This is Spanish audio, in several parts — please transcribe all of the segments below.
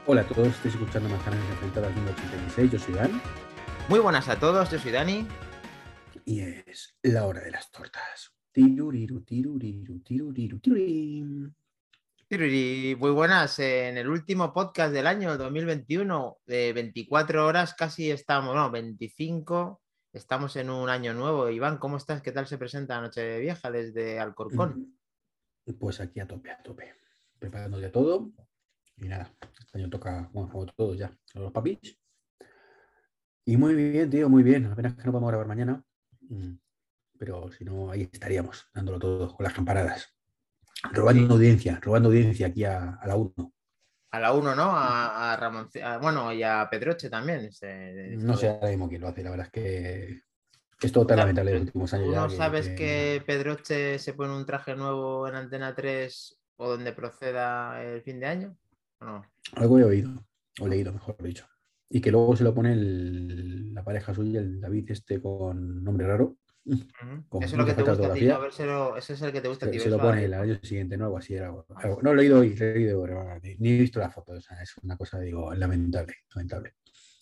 Hola a todos, estáis escuchando Manzanas Enfrentadas número 86, yo soy Dan Muy buenas a todos, yo soy Dani. y es la hora de las tortas. Tiruriru, tiruriru, tiruriru, tirurín. Tiruri, muy buenas. En el último podcast del año 2021, de 24 horas casi estamos, no, 25, estamos en un año nuevo. Iván, ¿cómo estás? ¿Qué tal se presenta la Nochevieja desde Alcorcón? Pues aquí a tope, preparando ya todo y nada, este año toca, bueno, como todo ya, los papis. Y muy bien, tío, muy bien, apenas que no vamos a grabar mañana, pero si no, ahí estaríamos, dándolo todo con las campanadas, Sí, robando audiencia aquí a la 1. a la uno, ¿no? A Ramón, bueno, y a Pedroche también. No Esto sé de... ahora mismo quién lo hace, la verdad es que es todo ¿Tú tan lamentable de los últimos años tú ya no que, sabes mira, que Pedroche se pone un traje nuevo en Antena 3 o donde proceda el fin de año? ¿O no? algo he oído, o ¿No? leído, mejor dicho. Y que luego se lo pone la pareja suya, el David este con nombre raro, Ujú. con Eso es lo que mucha te falta de gusta a ti, ¿no? ortografía, Vérselo, ese es el que te gusta a ti, se lo vérselo a pone David, el ¿no? año siguiente, ¿no? Algo así era. No lo he leído y leído, pero ni he visto la foto, o sea, es una cosa, digo, lamentable, lamentable.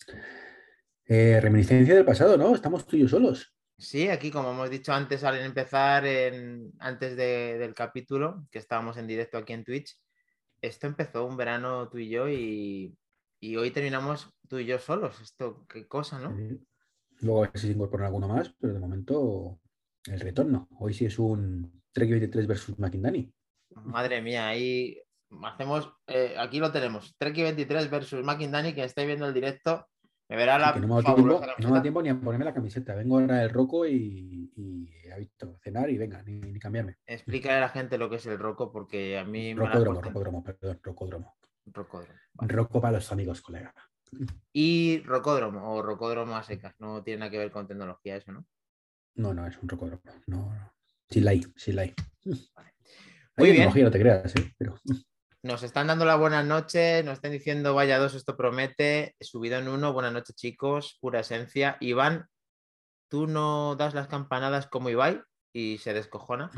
Reminiscencia del pasado, ¿no? Estamos tú y yo solos. Sí, aquí, como hemos dicho antes al empezar, antes del capítulo, que estábamos en directo aquí en Twitch, esto empezó un verano tú y yo y hoy terminamos tú y yo solos. Esto, qué cosa, ¿no? Luego a ver si se incorpora alguno más, pero de momento el retorno. Hoy sí es un Trek 23 versus Makindani. Madre mía, ahí hacemos, aquí lo tenemos, Treki 23 versus Dani, que estáis viendo el directo, me verá Sí, que la no me ha dado fabulosa tiempo, no me ha dado camiseta. tiempo ni a ponerme la camiseta. Vengo ahora del Roco y ha visto cenar y venga, ni cambiarme. Explícale a la gente lo que es el roco, porque a mí me la Rocódromo, cuentan. rocódromo, perdón, rocódromo. Rocódromo, vale. Roco para los amigos, colega. Y rocódromo o rocódromo a secas, no tiene nada que ver con tecnología eso, ¿no? No, no, es un rocódromo. No, no. Sí la hay, sí la hay. Vale. Hay Muy bien, tecnología, no te creas, ¿eh? Pero nos están dando las buenas noches, nos están diciendo vaya dos, esto promete, subido en uno, buenas noches chicos, pura esencia. Iván, tú no das las campanadas como Ibai y se descojona.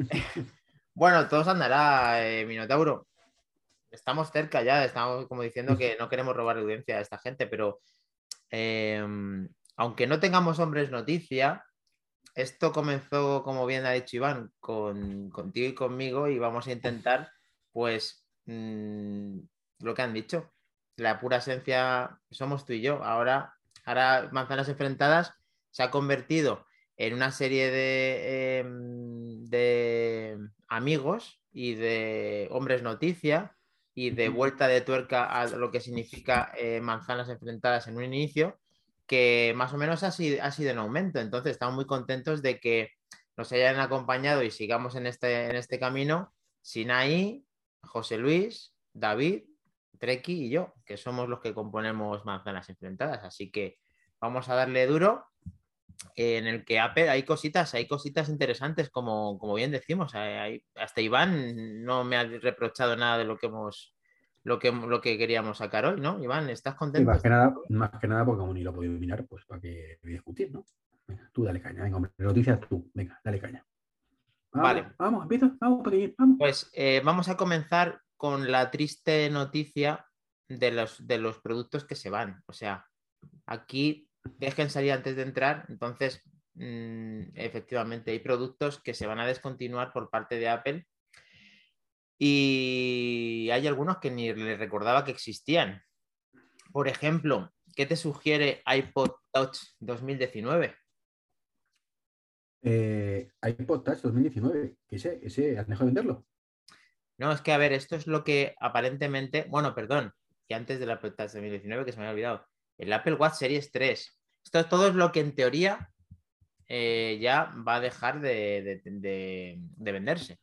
Bueno, todos andará, Minotauro. Estamos cerca ya, estamos como diciendo que no queremos robar audiencia a esta gente, pero eh, aunque no tengamos hombres noticia, esto comenzó, como bien ha dicho Iván, contigo y conmigo y vamos a intentar, pues, lo que han dicho. La pura esencia somos tú y yo. Ahora Manzanas Enfrentadas se ha convertido en una serie de amigos y de hombres noticia y de vuelta de tuerca a lo que significa Manzanas Enfrentadas en un inicio que más o menos ha sido en aumento. Entonces, estamos muy contentos de que nos hayan acompañado y sigamos en este camino. Sinaí, José Luis, David, Treki y yo, que somos los que componemos Manzanas Enfrentadas. Así que vamos a darle duro. En el que Apple hay cositas interesantes, como bien decimos. Hasta Iván no me ha reprochado nada de lo que lo que queríamos sacar hoy, ¿no? Iván, ¿estás sí, contento? más que nada porque como ni lo he podido mirar, pues para qué voy a discutir, ¿no? Venga, tú dale caña, venga, hombre, noticias tú, venga, dale caña. Vamos, Vale, vamos, empieza, vamos, pequeñín, vamos. pues vamos a comenzar con la triste noticia de los productos que se van. O sea, aquí dejen salir antes de entrar, entonces efectivamente hay productos que se van a descontinuar por parte de Apple y hay algunos que ni les recordaba que existían. Por ejemplo, ¿qué te sugiere iPod Touch 2019? iPod Touch 2019, que ese, ¿has dejado de venderlo? No, es que, a ver, esto es lo que aparentemente, bueno, perdón, que antes del Apple Touch 2019, que se me había olvidado, el Apple Watch Series 3. Esto es todo es lo que en teoría ya va a dejar de venderse.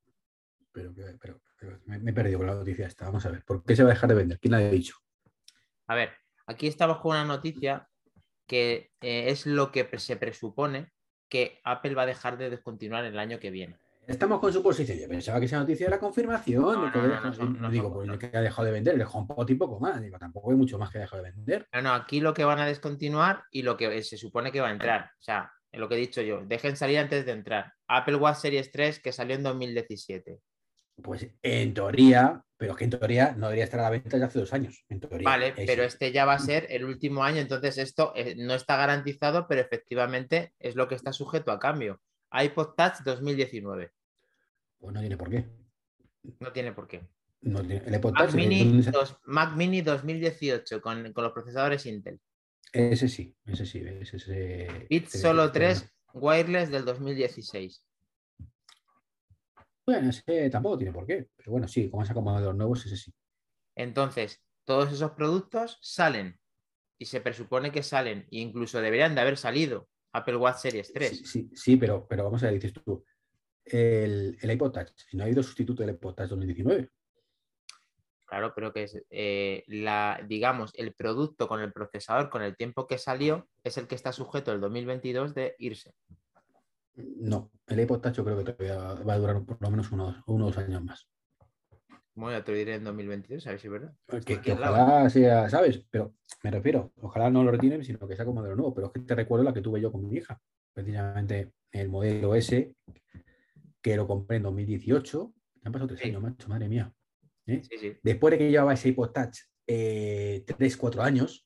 Pero me he perdido con la noticia esta. Vamos a ver, ¿por qué se va a dejar de vender? ¿Quién la ha dicho? A ver, aquí estamos con una noticia que es lo que se presupone que Apple va a dejar de descontinuar el año que viene. Estamos con su posición. Yo pensaba que esa noticia era confirmación de que había dejado, No son, digo, pues de que ha dejado de vender el HomePod y poco más. Digo, tampoco hay mucho más que ha dejado de vender. no, aquí lo que van a descontinuar y lo que se supone que va a entrar. O sea, lo que he dicho yo, dejen salir antes de entrar. Apple Watch Series 3 que salió en 2017. Pues en teoría, pero es que en teoría no debería estar a la venta ya hace 2 años. En teoría. Vale, pero este ya va a ser el último año, entonces esto no está garantizado, pero efectivamente es lo que está sujeto a cambio. iPod Touch 2019. Pues no tiene por qué. No tiene por qué. No tiene, el iPod Mac Touch, Mini, Mac Mini 2018 con los procesadores Intel. ese sí, ese sí. Ese, Beats Solo 3 Wireless del 2016. bueno, ese tampoco tiene por qué. Pero bueno, sí, como han sacado modelos nuevos, ese sí. Entonces, todos esos productos salen y se presupone que salen, e incluso deberían de haber salido Apple Watch Series Sí, 3. sí, sí, pero vamos a ver, dices tú, el iPod Touch, si no ha habido sustituto del iPod Touch 2019. Claro, pero que es digamos, el producto con el procesador, con el tiempo que salió, es el que está sujeto el 2022 de irse. No, el iPod Touch yo creo que todavía va a durar por lo menos unos años más. Bueno, ya te lo diré en 2022, a ver si es verdad. Está aquí Que al lado, ¿eh? ojalá sea, ¿sabes? Pero me refiero, ojalá no lo retiren, sino que sea como modelo nuevo. Pero es que te recuerdo la que tuve yo con mi hija, precisamente el modelo S, que lo compré en 2018. Ya han pasado 3 años, Sí, macho, madre mía. ¿Eh? sí, sí. Después de que llevaba ese iPod Touch 3, 4 años,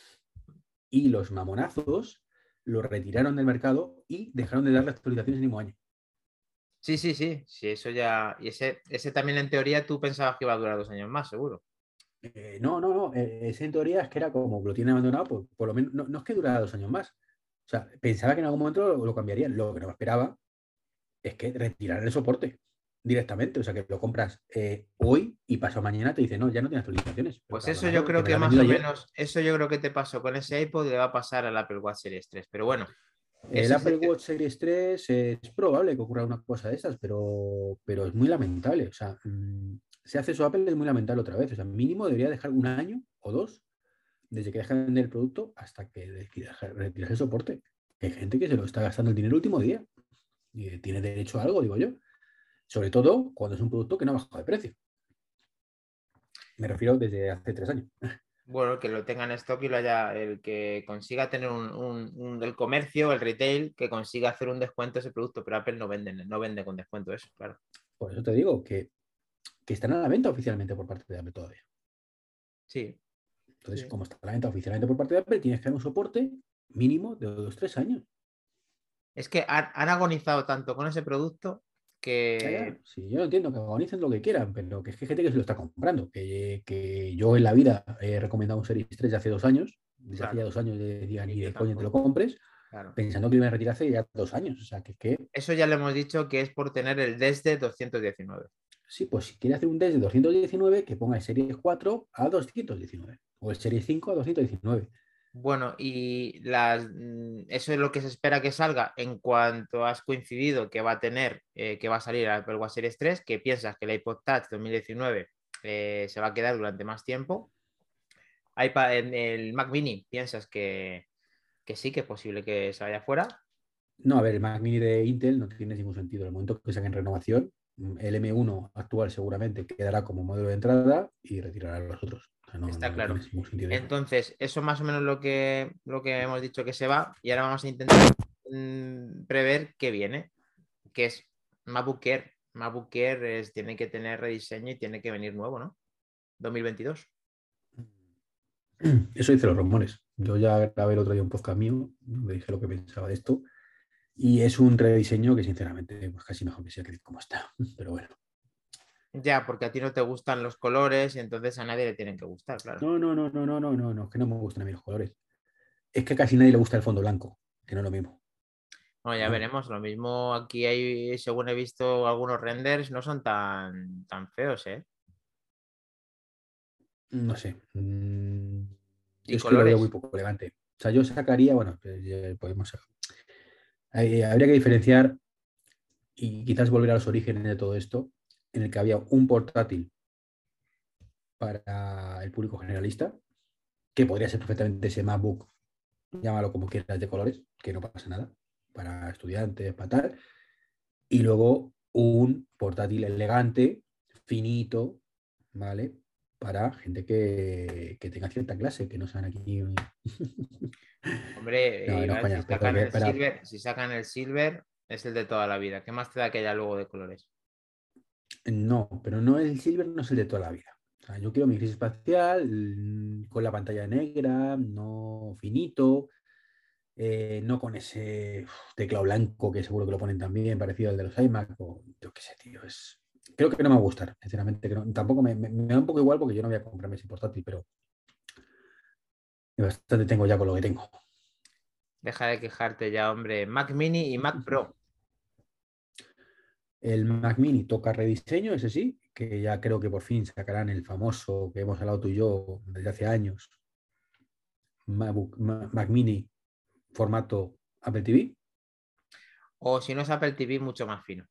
y los mamonazos lo retiraron del mercado y dejaron de darle actualizaciones el mismo año. Sí, sí, sí, sí, eso ya. Y ese también en teoría tú pensabas que iba a durar 2 años más, seguro. No. Ese en teoría es que era como lo tiene abandonado, pues, por lo menos no es que durara 2 años más. O sea, pensaba que en algún momento lo cambiarían. Lo que no me esperaba es que retiraran el soporte directamente. O sea, que lo compras hoy y pasado mañana te dice, no, ya no tienes actualizaciones. Pero Pues eso yo cabronazo, que creo me que lo has más vendido o ayer. menos, eso yo creo que te pasó con ese iPod, le va a pasar al Apple Watch Series 3. Pero bueno, El ese es Apple Watch Series 3 es probable que ocurra una cosa de estas, pero es muy lamentable. O sea, si hace eso Apple es muy lamentable otra vez. O sea, mínimo debería dejar 1 año o 2 desde que dejan de vender el producto hasta que retiras el soporte. Hay gente que se lo está gastando el dinero el último día y tiene derecho a algo, digo yo. Sobre todo cuando es un producto que no ha bajado de precio. Me refiero desde hace 3 años. bueno, que lo tenga en stock y lo haya, el que consiga tener el comercio, el retail, que consiga hacer un descuento a ese producto, pero Apple no vende con descuento eso, claro. Por eso te digo que están a la venta oficialmente por parte de Apple todavía. Sí, Entonces, sí. como está a la venta oficialmente por parte de Apple, tienes que dar un soporte mínimo de 2, 3 años. Es que han agonizado tanto con ese producto que, Sí, yo entiendo que agonicen lo que quieran, pero que es que hay gente que se lo está comprando. Que yo en la vida he recomendado un Series 3 de hace 2 años. Desde hace ya claro, 2 años le decía y ni yo de coña te lo tampoco, compres, claro. pensando que lo iban a retirar hace ya 2 años. O sea, que Eso ya le hemos dicho que es por tener el desde 219. sí, pues si quiere hacer un test de 219, que ponga el Series 4 a 219 o el Series 5 a 219. Bueno, y eso es lo que se espera que salga en cuanto has coincidido que va a tener, que va a salir el Apple Watch Series 3, que piensas que el iPod Touch 2019 se va a quedar durante más tiempo. En el Mac Mini piensas que sí, que es posible que se vaya fuera. No, a ver, el Mac Mini de Intel no tiene ningún sentido. En el momento que saquen renovación, el M1 actual seguramente quedará como modelo de entrada y retirará los otros. O sea, Está no tiene claro. ningún sentido eso. Entonces, eso es más o menos lo que hemos dicho que se va y ahora vamos a intentar prever qué viene, que es MacBook Air. MacBook Air tiene que tener rediseño y tiene que venir nuevo, ¿no? 2022. Eso dice los rumores. Yo ya grabé el otro día un podcast mío donde dije lo que pensaba de esto. Y es un rediseño que, sinceramente, pues casi mejor que sea que como está. Pero bueno. Ya, porque a ti no te gustan los colores y entonces a nadie le tienen que gustar, claro. No, que no me gustan a mí los colores. Es que a casi nadie le gusta el fondo blanco, que no es lo mismo. Bueno, ya ¿No? veremos. Lo mismo aquí hay, según he visto algunos renders, no son tan feos, ¿eh? No sé. Y Yo es que lo veo muy colores. poco elegante. O sea, yo sacaría, bueno, pues, podemos. Habría que diferenciar y quizás volver a los orígenes de todo esto, en el que había un portátil para el público generalista, que podría ser perfectamente ese MacBook, llámalo como quieras, de colores, que no pasa nada, para estudiantes, para tal, y luego un portátil elegante, finito, ¿vale? Para gente que tenga cierta clase, que no sean aquí. Hombre, No, Iván, coña, pero que si sacan el silver, es el de toda la vida. ¿Qué más te da que haya luego de colores? No, pero no el Silver no es el de toda la vida. O sea, yo quiero mi gris espacial con la pantalla negra, no finito, no con ese teclado blanco que seguro que lo ponen también, parecido al de los iMac, o yo qué sé, tío. Creo que no me va a gustar, sinceramente. Tampoco me da un poco igual porque yo no voy a comprarme ese portátil, pero bastante tengo ya con lo que tengo. Deja de quejarte ya, hombre. Mac Mini y Mac Pro. El Mac Mini toca rediseño, ese sí, que ya creo que por fin sacarán el famoso que hemos hablado tú y yo desde hace años, Mac Mini formato Apple TV. O si no es Apple TV, mucho más fino.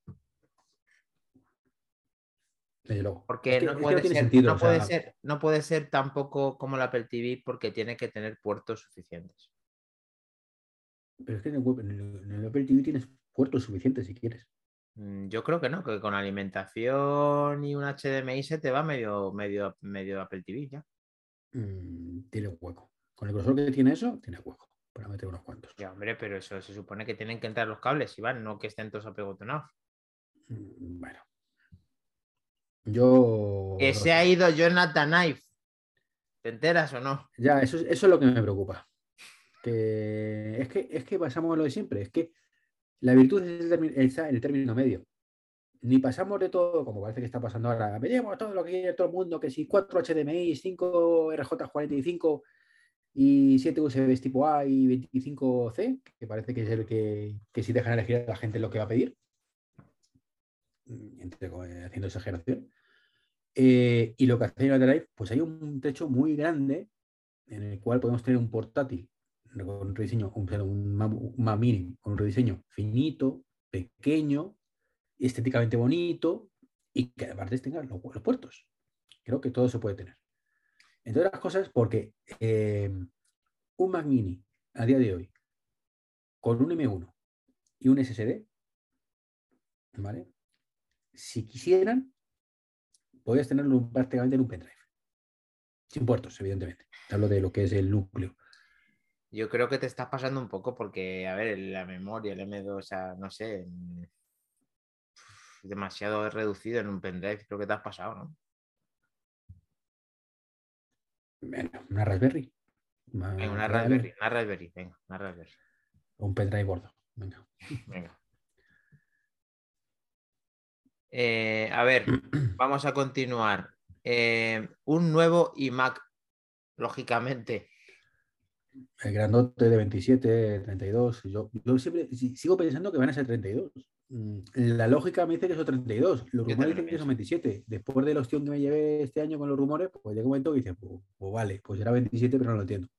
Desde luego. Porque Es que no tiene sentido. O sea, no puede ser tampoco como la Apple TV porque tiene que tener puertos suficientes. pero es que en el Apple TV tienes puertos suficientes si quieres. Yo creo que no, que con alimentación y un HDMI se te va medio Apple TV ya. Tiene hueco. Con el grosor que tiene eso, tiene hueco para meter unos cuantos. Ya, hombre, pero eso se supone que tienen que entrar los cables, Iván, no que estén todos apegotonados. Bueno, yo Que no lo se ha sé. ido Jonathan Ive. ¿Te enteras o no? Ya, eso es lo que me preocupa. Es que pasamos lo de siempre. Es que la virtud está en el término medio. Ni pasamos de todo, como parece que está pasando ahora. Veremos todo lo que quiere todo el mundo, que si 4 HDMI, 5 RJ45 y 7 USBs tipo A y 25C, que parece que es el que si dejan elegir a la gente lo que va a pedir, haciendo exageración. Y lo que hace el Drive, pues hay un techo muy grande en el cual podemos tener un portátil con un rediseño, un Mac Mini con un rediseño finito, pequeño, estéticamente bonito y que además tenga los puertos. Creo que todo se puede tener. Entre otras cosas, porque un Mac Mini a día de hoy con un M1 y un SSD, ¿vale? Si quisieran, podrías tenerlo prácticamente en un pendrive. Sin puertos, evidentemente. Hablo de lo que es el núcleo. Yo creo que te estás pasando un poco porque, a ver, la memoria, el M2, o sea, no sé, demasiado reducido en un pendrive, creo que te has pasado, ¿no? Bueno, una Raspberry. Venga, Créame. una Raspberry, venga, una Raspberry. O un pendrive gordo. Venga. Venga. A ver, vamos a continuar. Un nuevo iMac, lógicamente. El grandote de 27, 32. Yo siempre sigo pensando que van a ser 32. La lógica me dice que son 32. Los Yo rumores también lo dicen que son pienso. 27. Después de la opción que me llevé este año con los rumores, pues llega un momento que dice, pues vale, pues será 27, pero no lo entiendo.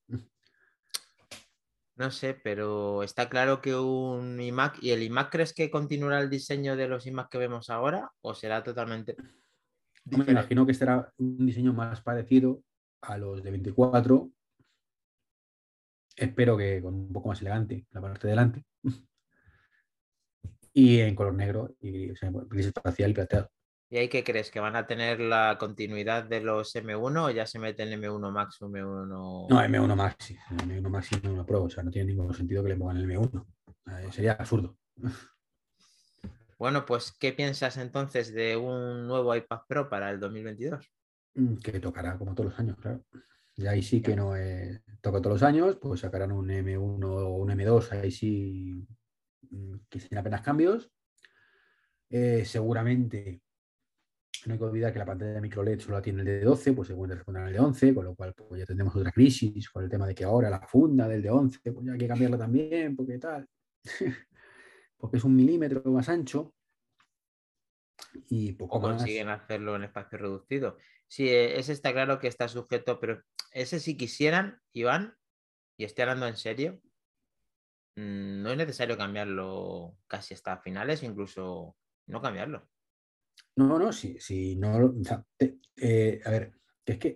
No sé, pero está claro que un iMac, ¿y el iMac crees que continuará el diseño de los iMac que vemos ahora o será totalmente Me diferente? imagino que será un diseño más parecido a los de 24. Espero que con un poco más elegante la parte de delante. Y en color negro y o sea, gris espacial y plateado. ¿Y ahí qué crees? ¿Que van a tener la continuidad de los M1 o ya se mete el M1 Max o No, M1? M1 Maxi. M1 Maxi y M1 Pro. O sea, no tiene ningún sentido que le pongan el M1. Sería absurdo. Bueno, pues, ¿qué piensas entonces de un nuevo iPad Pro para el 2022? Que tocará como todos los años, claro. Y ahí sí que Ya. no toca todos los años, pues sacarán un M1 o un M2, ahí sí que sin apenas cambios. Seguramente no hay que olvidar que la pantalla de micro LED solo la tiene el de 12, pues seguramente responderá el de 11, con lo cual pues ya tendremos otra crisis con el tema de que ahora la funda del de 11, pues ya hay que cambiarla también, porque tal, porque es un milímetro más ancho y ¿O poco más. consiguen hacerlo en espacio reducido? Sí, ese está claro que está sujeto, pero ese si quisieran, Iván, y estoy hablando en serio, no es necesario cambiarlo casi hasta finales, incluso no cambiarlo. No, no, sí, no, o sea, a ver, que es que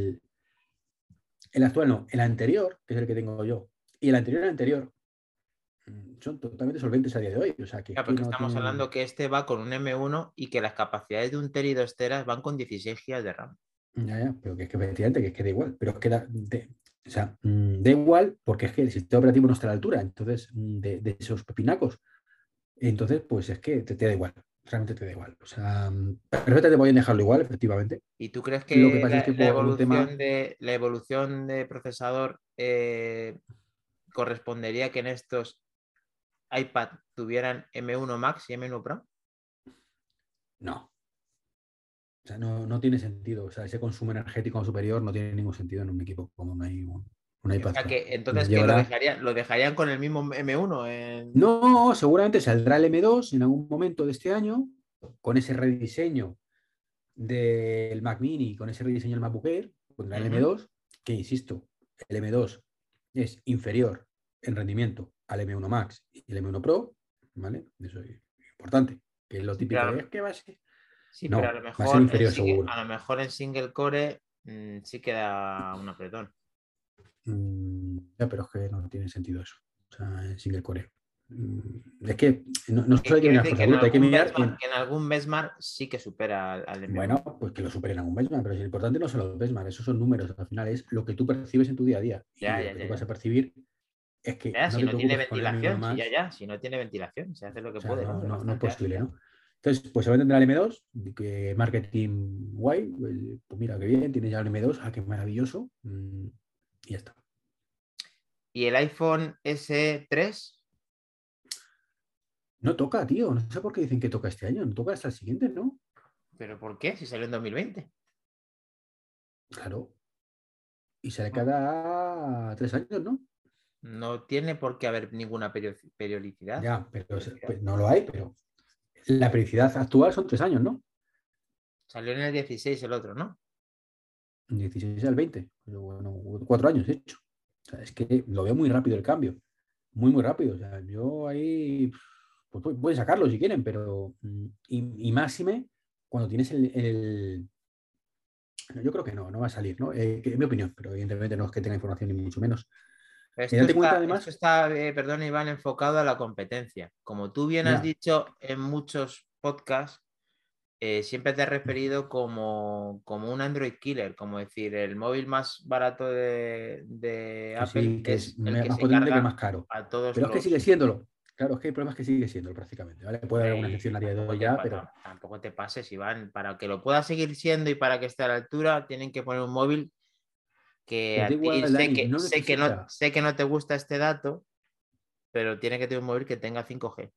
el actual no, el anterior, que es el que tengo yo, y el anterior anterior, son totalmente solventes a día de hoy. O sea, que es Ya, que porque no estamos hablando tienen. que este va con un M1 y que las capacidades de un TER y 2 teras van con 16 GB de RAM. Ya, ya, pero que es que efectivamente que es que da igual. Pero es que o sea, da igual porque es que el sistema operativo no está a la altura. Entonces, de esos pepinacos. Entonces, pues es que te da igual. realmente te da igual. O sea, perfectamente te pueden dejarlo igual, efectivamente. ¿Y tú crees Lo que que pasa es que la por un tema, evolución de procesador correspondería que en estos iPad tuvieran M1 Max y M1 Pro? no. O sea, no tiene sentido. O sea, ese consumo energético superior no tiene ningún sentido en un equipo como un O iPad sea Pro. que Les entonces que llevará. lo dejarían con el mismo M1 en... No, seguramente saldrá el M2 en algún momento de este año con ese rediseño del Mac Mini, con ese rediseño del MacBook Air, pondrá el Ujú. M2, que insisto, el M2 es inferior en rendimiento al M1 Max y el M1 Pro, ¿vale? Eso es importante, que es lo Sí, pero típico de, es que va a ser... sí, pero No, va a ser inferior seguro. a lo mejor en single core sí queda un apretón. Ya, pero es que no tiene sentido eso. O sea, en single core. Es que no solo hay que Quiere mirar decir fuerza bruta, hay que mirar en... que en algún benchmark sí que supera al M1. Bueno, pues que lo superen a un benchmark, pero lo importante no son los benchmarks, esos son números, al final es lo que tú percibes en tu día a día. Y Ya, lo ya, que ya, tú vas ya. a percibir es que Ya, no si te no tiene preocupes con el M1 ventilación, si ya, Max, ya, si no tiene ventilación, se hace lo o que sea, puede, ¿no? Es no es bastante posible, áspera. ¿no? Entonces, pues se va a tener el M2, que marketing guay, pues mira, qué bien, tienes ya el M2, qué maravilloso, y ya está. ¿Y el iPhone S3? No toca, tío, no sé por qué dicen que toca este año, no toca hasta el siguiente, ¿no? ¿Pero por qué? Si salió en 2020. Claro, y sale cada 3 años, ¿no? No tiene por qué haber ninguna periodicidad. Ya, pero pues no lo hay, pero la periodicidad actual son 3 años, ¿no? Salió en el 16 el otro, ¿no? 16 al 20, pero bueno, 4 años hecho. O sea, es que lo veo muy rápido el cambio, muy, muy rápido. O sea, yo ahí, pues pueden sacarlo si quieren, pero y máxime cuando tienes yo creo que no va a salir, ¿no? Que es mi opinión, pero evidentemente no es que tenga información ni mucho menos. Date cuenta Esto además, está, perdón, Iván, enfocado a la competencia. Como tú bien has ya, dicho en muchos podcasts, siempre te has referido como un Android killer, como decir, el móvil más barato de que Apple sí, que es es el que más se potente que el carga más caro. a todos Pero es que sigue los... siéndolo. Claro, es que el problema es que sigue siéndolo prácticamente, ¿vale? Puede haber Hombre, alguna excepción y a día de hoy ya, pero tampoco te pases, Iván. Para que lo pueda seguir siendo y para que esté a la altura, tienen que poner un móvil que pues da a ti igual, Dani, no necesita. sé que no te gusta este dato, pero tiene que tener un móvil que tenga 5G.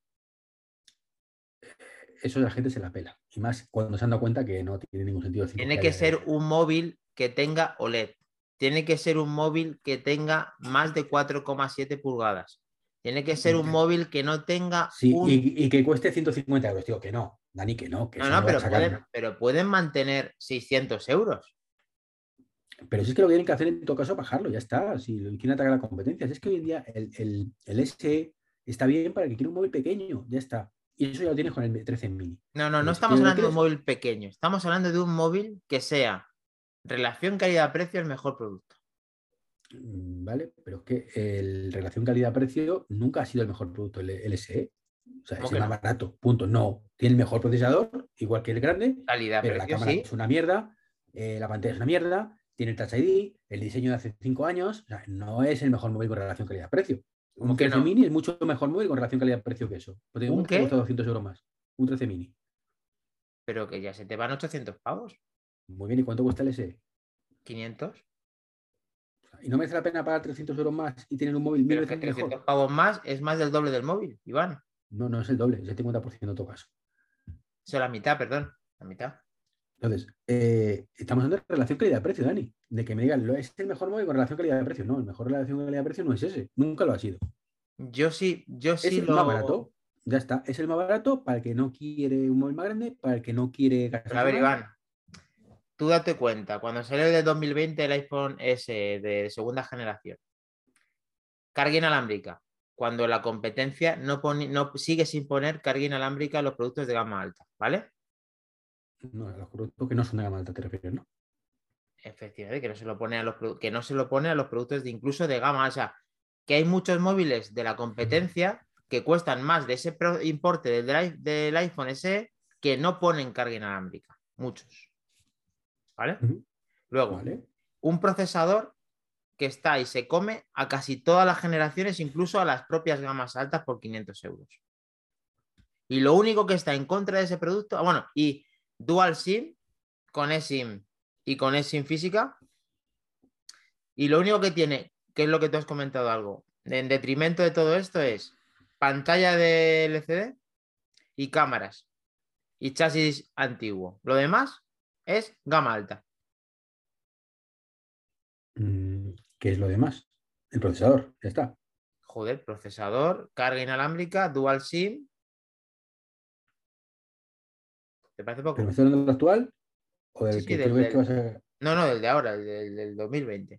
Eso la gente se la pela. Y más cuando se han dado cuenta que no tiene ningún sentido el Tiene 5G a que día de ser hoy. un móvil que tenga OLED. Tiene que ser un móvil que tenga más de 4,7 pulgadas. Tiene que ser un móvil que no tenga Sí, un... y que cueste 150 euros, tío, que no, Dani, que No, eso no, no lo va a sacar. pero pueden mantener 600 euros. Pero si es que lo que tienen que hacer en todo caso es bajarlo, ya está. Si lo quieren atacar la competencia, si es que hoy en día el SE está bien para el que quiere un móvil pequeño, ya está. Y eso ya lo tienes con el 13 mini. No, no, no Pero si estamos quieres, lo hablando de un quieres, móvil pequeño. Estamos hablando de un móvil que sea relación calidad-precio el mejor producto. ¿vale? Pero es que el relación calidad-precio nunca ha sido el mejor producto, el SE. O sea, ¿Cómo es el que más no? barato, punto. No, tiene el mejor procesador, igual que el grande, pero la Calidad-precio cámara sí. es una mierda, la pantalla es una mierda, tiene el Touch ID, el diseño de hace 5 años, o sea, no es el mejor móvil con relación calidad-precio. ¿Cómo Un que 13 no? mini es mucho mejor móvil con relación calidad-precio que eso. Porque ¿Un ¿cuánto te qué? cuesta 200 euros más? Un 13 mini. Pero que ya se te van 800 pavos. Muy bien, ¿y cuánto cuesta el SE? 500. O sea, ¿y no merece la pena pagar 300 euros más y tener un móvil mil Pero es que veces mejor? 300 pavos más es más del doble del móvil, Iván. No es el doble, es el 50% en todo caso. Eso es la mitad, perdón. La mitad. Entonces, estamos hablando de relación calidad-precio, Dani. De que me digan, ¿es el mejor móvil con relación calidad-precio? No, el mejor relación calidad-precio no es ese. Nunca lo ha sido. Yo Es sí el más lo. barato. Ya está. Es el más barato para el que no quiere un móvil más grande, para el que no quiere Pero a gastarse ver, más. Iván, tú date cuenta, cuando salió el de 2020 el iPhone S de segunda generación, carga inalámbrica, cuando la competencia no sigue sin poner carga inalámbrica en los productos de gama alta, ¿vale? No, los productos que no son de gama alta, te refieres, ¿no? Efectivamente, que no se lo pone a que no se lo pone a los productos de incluso de gama, o sea, que hay muchos móviles de la competencia que cuestan más de ese importe del iPhone SE que no ponen carga inalámbrica, muchos, ¿vale? Ujú. Luego, Vale. un procesador que está y se come a casi todas las generaciones, incluso a las propias gamas altas por 500 euros. Y lo único que está en contra de ese producto, bueno, y Dual SIM con eSIM y con eSIM física. Y lo único que tiene, que es lo que tú has comentado algo, en detrimento de todo esto es pantalla de LCD y cámaras y chasis antiguo. Lo demás es gama alta. ¿Qué es lo demás? El procesador, ya está. Joder, procesador, carga inalámbrica, Dual SIM. ¿Te parece ¿Pero me poco? estás hablando del actual o Sí, del sí, que tú ves que vas a...? No, no, del de ahora, del 2020.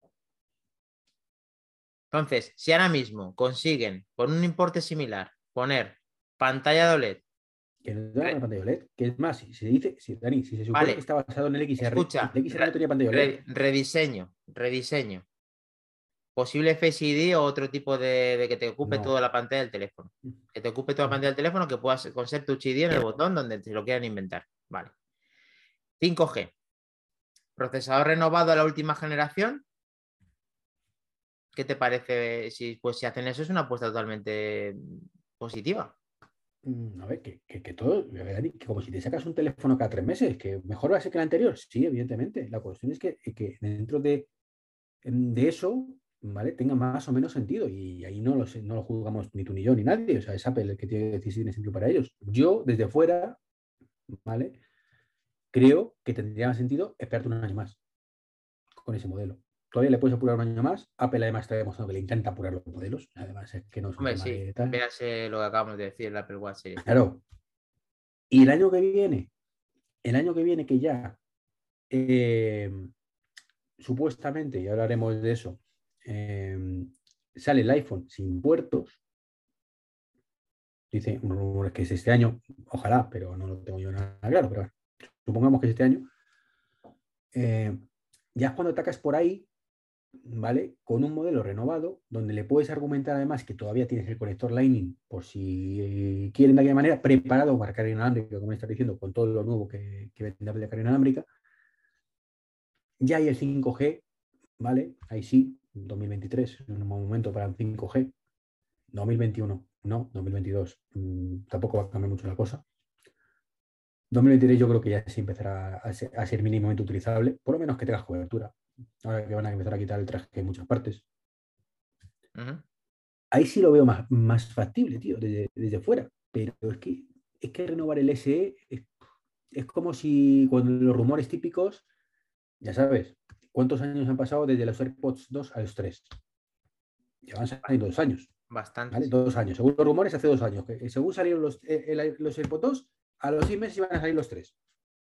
Entonces, si ahora mismo consiguen, por un importe similar, poner pantalla de OLED, Que no da una pantalla OLED. Que es más, si se dice, si, Dani, si se supone que vale, está basado en el XR, el escucha, XR no tenía pantalla OLED. rediseño. Posible Face ID o otro tipo de que te ocupe No. toda la pantalla del teléfono. Que te ocupe toda la pantalla del teléfono, que puedas con ser Touch ID en el botón donde te lo quieran inventar. Vale. 5G. Procesador renovado a la última generación. ¿Qué te parece si, pues, si hacen eso? Es una apuesta totalmente positiva. A ver, que todo, a ver, Dani, que como si te sacas un teléfono cada 3 meses, que mejor va a ser que el anterior. Sí, evidentemente. La cuestión es que dentro de eso, ¿vale? Tenga más o menos sentido. Y ahí no no lo juzgamos ni tú ni yo ni nadie. O sea, es Apple el que tiene que decir si tiene sentido para ellos. Yo, desde fuera, ¿vale? Creo que tendría más sentido esperarte un año más con ese modelo. Todavía le puedes apurar un año más. Apple además está demostrando que le encanta apurar los modelos. Además es que no es un Hombre, tema sí. de tal. Véase lo que acabamos de decir, el Apple Watch Series 3. Claro. Y el año que viene que ya eh, supuestamente, y hablaremos de eso, eh, sale el iPhone sin puertos. Dice un rumor que es este año, ojalá, pero no lo tengo yo nada claro, pero bueno, supongamos que es este año. eh, ya es cuando atacas por ahí, ¿vale? Con un modelo renovado, donde le puedes argumentar además que todavía tienes el conector Lightning, por si quieren de alguna manera, preparado para carga inalámbrica, como me estás diciendo, con todo lo nuevo que vende de carga inalámbrica. Ya hay el 5G, ¿vale? Ahí sí, 2023, en un momento para el 5G. 2021, no, 2022. Tampoco va a cambiar mucho la cosa. 2023 yo creo que ya sí empezará a ser mínimamente utilizable, por lo menos que tengas cobertura. Ahora que van a empezar a quitar el traje en muchas partes. Ujú. Ahí sí lo veo más factible, tío, desde fuera. Pero es que renovar el SE es como si con los rumores típicos, ya sabes, ¿cuántos años han pasado desde los AirPods 2 a los 3? Llevan saliendo 2 años, ¿vale? Bastantes. 2 años. Según los rumores, hace 2 años. Según salieron los AirPods 2, a los 6 meses iban a salir los 3.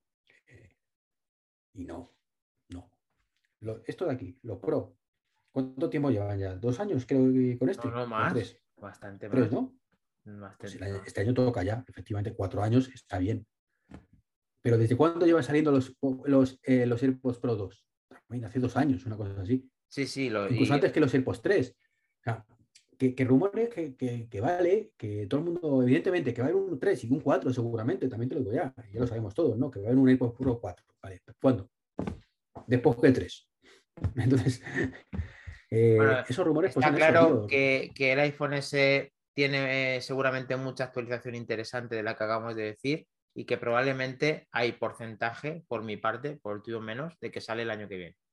Y no. Esto de aquí, los Pro, ¿cuánto tiempo llevan ya? 2 años, creo que con No, este, no o más. 3. Bastante 3, más. ¿no? Pues Bastante más. este año toca ya, efectivamente, 4 años está bien. Pero ¿desde cuándo llevan saliendo los AirPods Pro 2? También hace 2 años, una cosa así. Sí, sí, Incluso antes que los AirPods 3. O sea, que rumores que vale, que todo el mundo, evidentemente, que va a haber un 3 y un 4 seguramente, también te lo digo ya lo sabemos todos, ¿no? Que va a haber un AirPods Pro 4. Vale, ¿cuándo? Después que el 3. Entonces, bueno, esos rumores pues está son eso, claro tío. que el iPhone S tiene seguramente mucha actualización interesante de la que acabamos de decir y que probablemente hay porcentaje, por mi parte, por el tuyo menos, de que sale el año que viene.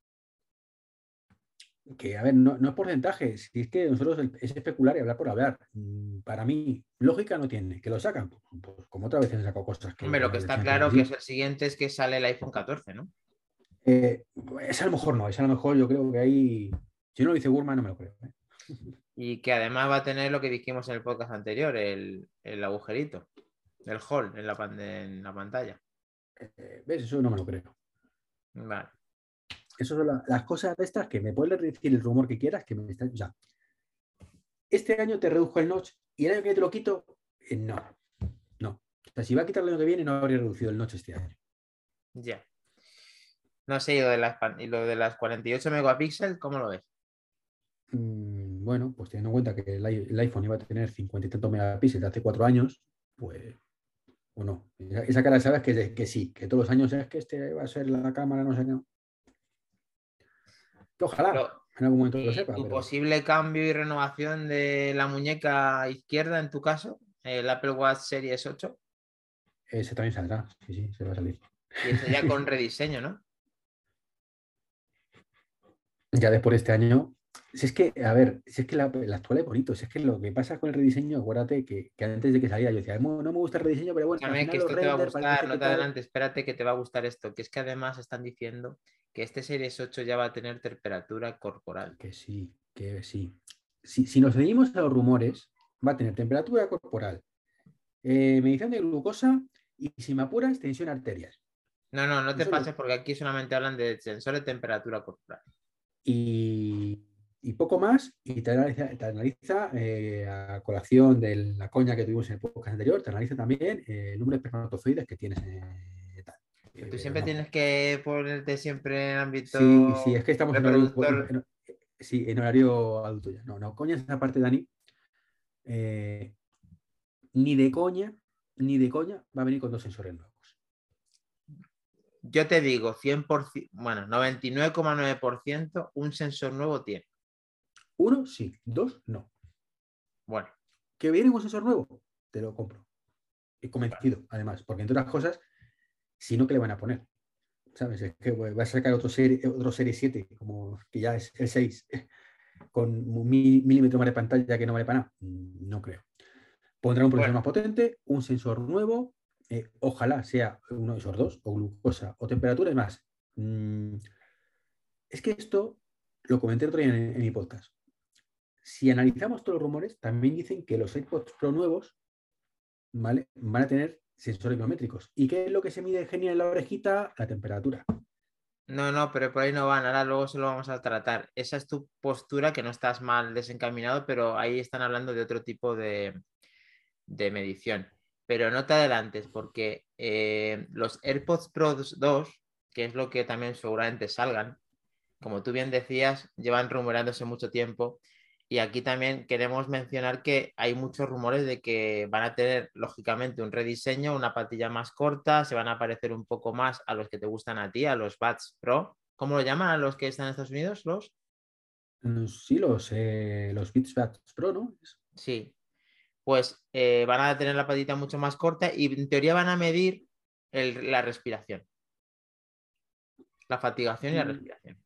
Que, a ver, no es porcentaje, si es que nosotros es especular y hablar por hablar. Para mí, lógica no tiene. ¿Que lo sacan? Pues como otra vez han sacado cosas que Hombre, lo que igual está decían que eran claro que es así. el siguiente es que sale el iPhone 14, ¿no? Es a lo mejor no, es a lo mejor yo creo que ahí, si no lo dice Gurman, no me lo creo. Y que además va a tener lo que dijimos en el podcast anterior, el agujerito, el hole en la pantalla. ¿Ves? Eso no me lo creo. Vale. Esas son las cosas de estas que me puedes decir el rumor que quieras, que me están. O sea, este año te reduzco el notch y el año que viene te lo quito. No, no. O sea, si va a quitar el año que viene, no habría reducido el notch este año. Ya. No sé, y lo de las 48 megapíxeles, ¿cómo lo ves? Bueno, pues teniendo en cuenta que el iPhone iba a tener 50 y tantos megapíxeles hace 4 años, pues, o no. Esa cara sabes que sí, que todos los años es que este va a ser la cámara, no sé qué. Que ojalá Pero, en algún momento lo ¿y sepa, tu pero posible cambio y renovación de la muñeca izquierda en tu caso? el Apple Watch Series 8. Ese también saldrá, sí, se va a salir. Y ese ya con rediseño, ¿no? Ya después de este año, si es que, a ver, si es que la actual es bonito, si es que lo que pasa con el rediseño, acuérdate que antes de que saliera yo decía, no me gusta el rediseño, pero bueno, al Escúchame, que final los esto te va a render gustar, parece no que te tal. adelantes, espérate que te va a gustar esto, que es que además están diciendo que este Series 8 ya va a tener temperatura corporal. Que sí, que sí. Si nos seguimos a los rumores, va a tener temperatura corporal, medición de glucosa y, si me apuras, tensión arterial. No Y te solo pases porque aquí solamente hablan de sensor de temperatura corporal. y, y poco más, y te analiza a colación de la coña que tuvimos en el podcast anterior, te analiza también el número de espermatozoides que tienes. Tal. Tú siempre No. tienes que ponerte siempre en Sí, sí, ámbito es que estamos en horario, reproductor. sí, en horario adulto ya. No, coña esa parte, Dani. Ni de coña, ni de coña va a venir con dos sensores nuevos. Yo te digo, 100%, bueno, 99,9% un sensor nuevo tiene. Uno, sí, dos, no. Bueno, ¿Que viene un sensor nuevo? Te lo compro. He vale. convencido, además, porque entre otras cosas, si no, ¿qué le van a poner? ¿Sabes? Es que va a sacar otro serie 7, como que ya es el 6, con un milímetro más de pantalla que no vale para nada. No creo. Pondrá un procesador Bueno, más potente, un sensor nuevo, ojalá sea uno de esos dos, o glucosa o temperatura. Es más, es que esto lo comenté otro día en mi podcast. Si analizamos todos los rumores, también dicen que los AirPods Pro nuevos, ¿vale?, van a tener sensores biométricos. ¿Y qué es lo que se mide genial en la orejita? La temperatura. no, pero por ahí no van. Ahora luego se lo vamos a tratar. Esa es tu postura, que no estás mal desencaminado, pero ahí están hablando de otro tipo de medición. Pero no te adelantes, porque los AirPods Pro 2, que es lo que también seguramente salgan, como tú bien decías, llevan rumorándose mucho tiempo. Y aquí también queremos mencionar que hay muchos rumores de que van a tener, lógicamente, un rediseño, una patilla más corta, se van a parecer un poco más a los que te gustan a ti, a los Buds Pro. ¿Cómo lo llaman a los que están en Estados Unidos? ¿Los? Sí, los Beats Buds Pro, ¿no? Sí. Pues van a tener la patita mucho más corta y en teoría van a medir la respiración, la fatigación y la Mm, respiración.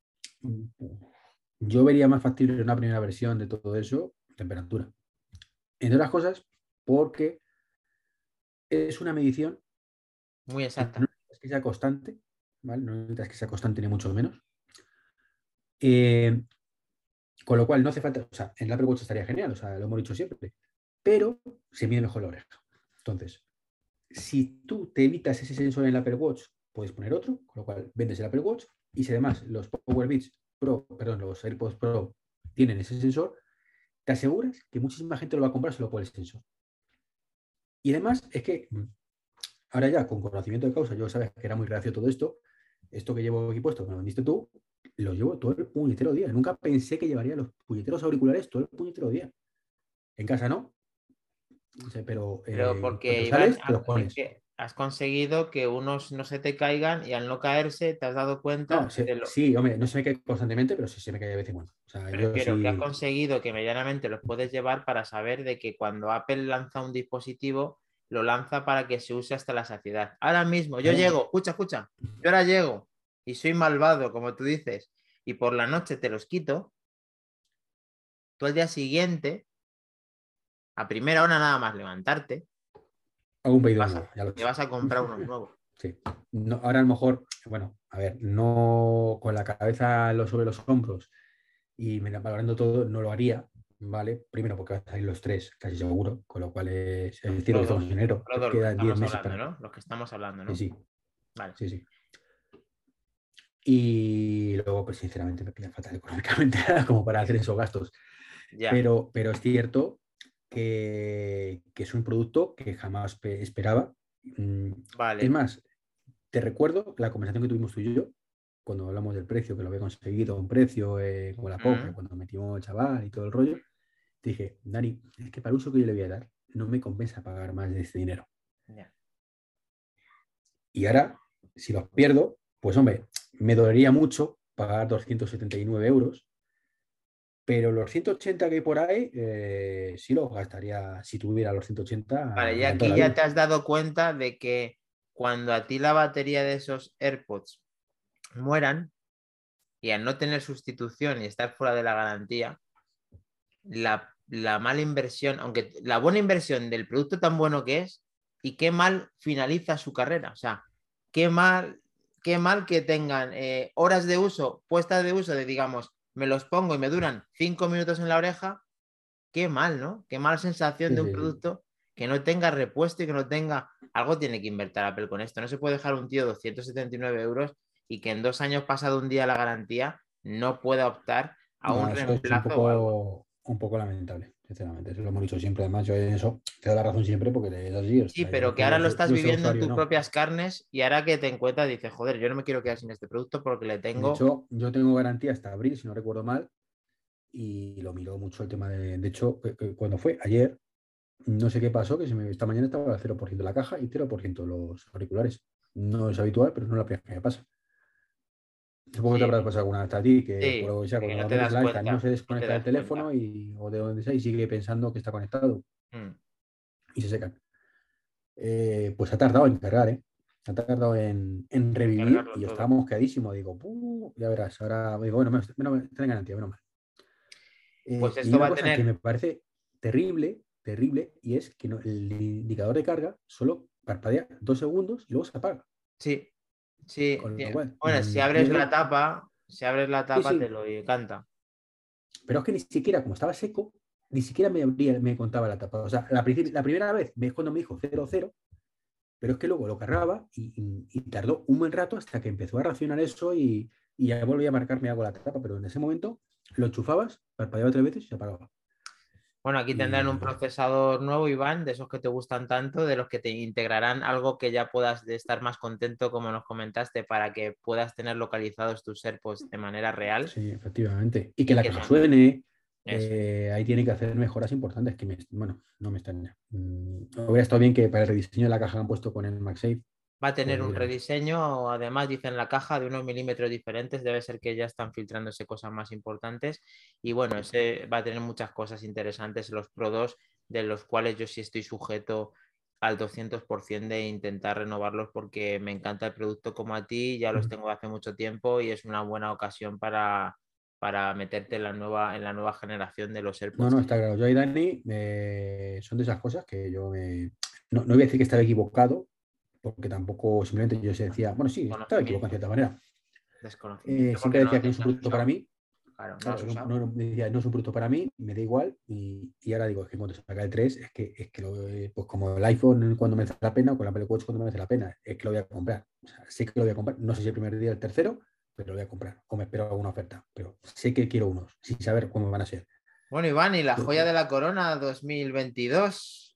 Yo vería más factible una primera versión de todo eso, temperatura. Entre otras cosas, porque es una medición Muy que no exacta. necesitas que sea constante, ¿vale? No necesitas que sea constante ni mucho menos. Eh, con lo cual no hace falta, o sea, en el Apple Watch estaría genial, o sea, lo hemos dicho siempre, pero se mide mejor la oreja. Entonces, si tú te evitas ese sensor en el Apple Watch, puedes poner otro, con lo cual vendes el Apple Watch, y si además los Power Beats Pro, perdón, los AirPods Pro tienen ese sensor, te aseguras que muchísima gente lo va a comprar solo por el sensor. Y además es que ahora ya, con conocimiento de causa, yo sabes que era muy reacio a todo esto que llevo aquí puesto, que me lo vendiste tú, lo llevo todo el puñetero día. Nunca pensé que llevaría los puñeteros auriculares todo el puñetero día. En casa no, pero Pero cuando porque, Iván, sales, te los es pones. que has conseguido que unos no se te caigan y al no caerse te has dado No, cuenta de lo. sí, hombre, no se me cae constantemente, pero sí se me cae de vez en cuando. O sea, Me yo refiero que has sí. conseguido que medianamente los puedes llevar para saber de que cuando Apple lanza un dispositivo, lo lanza para que se use hasta la saciedad. Ahora mismo, yo Claro. llego, escucha, yo ahora llego y soy malvado, como tú dices, y por la noche te los quito, tú al día siguiente, a primera hora nada más levantarte, Hago un te pedido vas a, nuevo, ya lo te sé. vas a comprar unos nuevos. Sí. No, ahora a lo mejor, bueno, a ver, no con la cabeza sobre los hombros y valorando todo, no lo haría, ¿vale? Primero porque van a salir los tres, casi seguro, con lo cual es decir que estamos en enero, Los dos, los que quedan 10 estamos meses hablando, para. ¿no? Los que estamos hablando, Sí, ¿no? sí, Vale. sí, sí. Y luego, pues sinceramente, me pilla fatal económicamente como para hacer esos gastos. Ya. Pero es cierto que es un producto que jamás esperaba. Es Vale. más, te recuerdo la conversación que tuvimos tú y yo cuando hablamos del precio, que lo había conseguido a un precio con la poca, Mm, cuando metimos el chaval y todo el rollo. Te dije, Dani, es que para el uso que yo le voy a dar, no me compensa pagar más de este dinero. ya. Y ahora, si los pierdo, pues hombre, me dolería mucho pagar 279 euros, Pero los 180 que hay por ahí, sí los gastaría si tuviera los 180, Vale, y encantado aquí de la ya vida. te has dado cuenta de que cuando a ti la batería de esos AirPods mueran y al no tener sustitución y estar fuera de la garantía, la mala inversión, aunque la buena inversión del producto tan bueno que es, y qué mal finaliza su carrera. O sea, qué mal que tengan horas de uso, puestas de uso de, digamos, me los pongo y me duran 5 minutos en la oreja, qué mal, ¿no? Qué mala sensación Sí, de un sí, sí. producto que no tenga repuesto y que no tenga... Algo tiene que invertir Apple con esto. No se puede dejar un tío 279 euros y que en 2 años pasado un día la garantía no pueda optar a un No, eso es un reemplazo o algo. poco lamentable, sinceramente. Eso lo hemos dicho siempre. Además, yo en eso te doy la razón siempre porque es así. O Sí, sea, yo pero que aunque ahora lo estás yo sea viviendo en usuario, tus no. propias carnes y ahora que te encuentras dices, joder, yo no me quiero quedar sin este producto porque le De tengo... hecho, yo tengo garantía hasta abril, si no recuerdo mal, y lo miró mucho el tema de hecho, cuando fue ayer, no sé qué pasó, que esta mañana estaba al 0% la caja y 0% los auriculares. No es habitual, pero no es la primera vez que me pasa. Supongo que te Sí, habrá pasado alguna vez a ti, que por sí, lo que sea, que cuando no lo te metes das en la esta no cuenta, se no te desconecta el das teléfono cuenta. o de donde sea y sigue pensando que está conectado Mm, y se secan. Pues ha tardado en cargar, ¿eh? Ha tardado en revivir Cargarlo y yo estaba todo. mosqueadísimo. Digo, ya verás, ahora digo, bueno, está en garantía, menos mal. Pues Y hay esto va una a cosa que tener, me parece terrible, terrible, y es que el indicador de carga solo parpadea 2 segundos y luego se apaga. sí, sí. Con lo cual, Bueno, si si abres la sí, tapa te sí, lo canta. pero es que ni siquiera, como estaba seco, ni siquiera me contaba la tapa. O sea, la primera vez es cuando me dijo 0,0, pero es que luego lo cargaba y tardó un buen rato hasta que empezó a racionar eso y ya volvía a marcarme algo la tapa, pero en ese momento lo enchufabas, parpadeaba 3 veces y se apagaba. Bueno, aquí tendrán un Y procesador nuevo, Iván, de esos que te gustan tanto, de los que te integrarán algo que ya puedas estar más contento, como nos comentaste, para que puedas tener localizados tus AirPods de manera real sí, efectivamente. Y que y la que caja son suene, eso. ahí tiene que hacer mejoras importantes que, bueno, no me extraña. Hubiera estado bien que para el rediseño de la caja que han puesto con el MagSafe, Va a tener pues un hubieran hecho. rediseño, además dice en la caja de unos milímetros diferentes, debe ser que ya están filtrándose cosas más importantes y bueno, ese va a tener muchas cosas interesantes, los Pro 2, de los cuales yo sí estoy sujeto al 200% de intentar renovarlos porque me encanta el producto como a ti, ya los Ujú. tengo hace mucho tiempo y es una buena ocasión para meterte en la nueva generación de los No, AirPods. no, está claro. Yo y Dani son de esas cosas que no, no voy a decir que estaba equivocado, porque tampoco simplemente yo se decía, bueno, sí, estaba equivocado en Conocimiento, cierta manera. desconocimiento, porque Siempre decía que no es no un has producto para usado. mí. Claro, no has Claro, usado. decía, no es un producto para mí, me da igual. Y ahora digo, es que cuando se saca el 3 pues como el iPhone cuando merece la pena, o con la Apple Watch cuando merece la pena, es que lo voy a comprar. O sea, sé que lo voy a comprar. No sé si el primer día o el tercero, pero lo voy a comprar. O me espero alguna oferta. Pero sé que quiero unos, sin saber cómo van a ser. Bueno, Iván, y la joya de la corona 2022,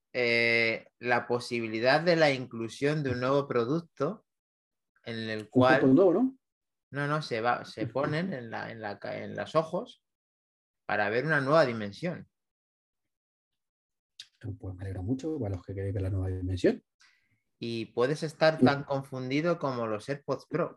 la posibilidad de la inclusión de un nuevo producto en el Un cual, HomePod nuevo, ¿no? se ponen en los ojos para ver una nueva dimensión. Pues me alegro mucho para los que queréis ver la nueva dimensión. Y puedes estar tan confundido como los AirPods Pro.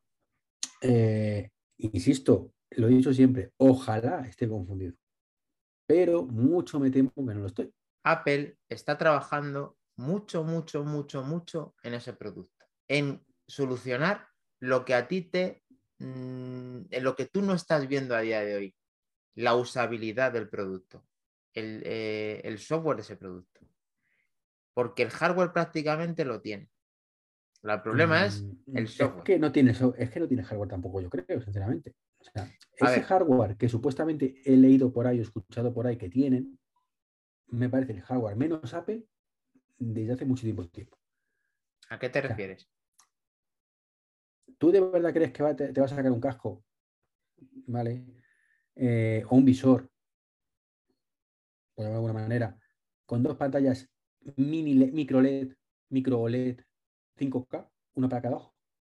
Insisto, lo he dicho siempre, ojalá esté confundido, pero mucho me temo que no lo estoy. Apple está trabajando mucho, mucho, mucho, mucho en ese producto, en solucionar lo que a ti en lo que tú no estás viendo a día de hoy, la usabilidad del producto, el software de ese producto, porque el hardware prácticamente lo tiene. El problema es el Es software. que no tiene es que no tiene hardware tampoco, yo creo, sinceramente. O sea, A ese ver, hardware que supuestamente he leído por ahí o escuchado por ahí que tienen, me parece el hardware menos Apple desde hace mucho tiempo. ¿a qué te O sea, refieres? ¿tú de verdad crees que te va a sacar un casco, ¿vale? O un visor, por llamarlo de alguna manera, con dos pantallas micro LED, micro OLED 5K, una para cada ojo,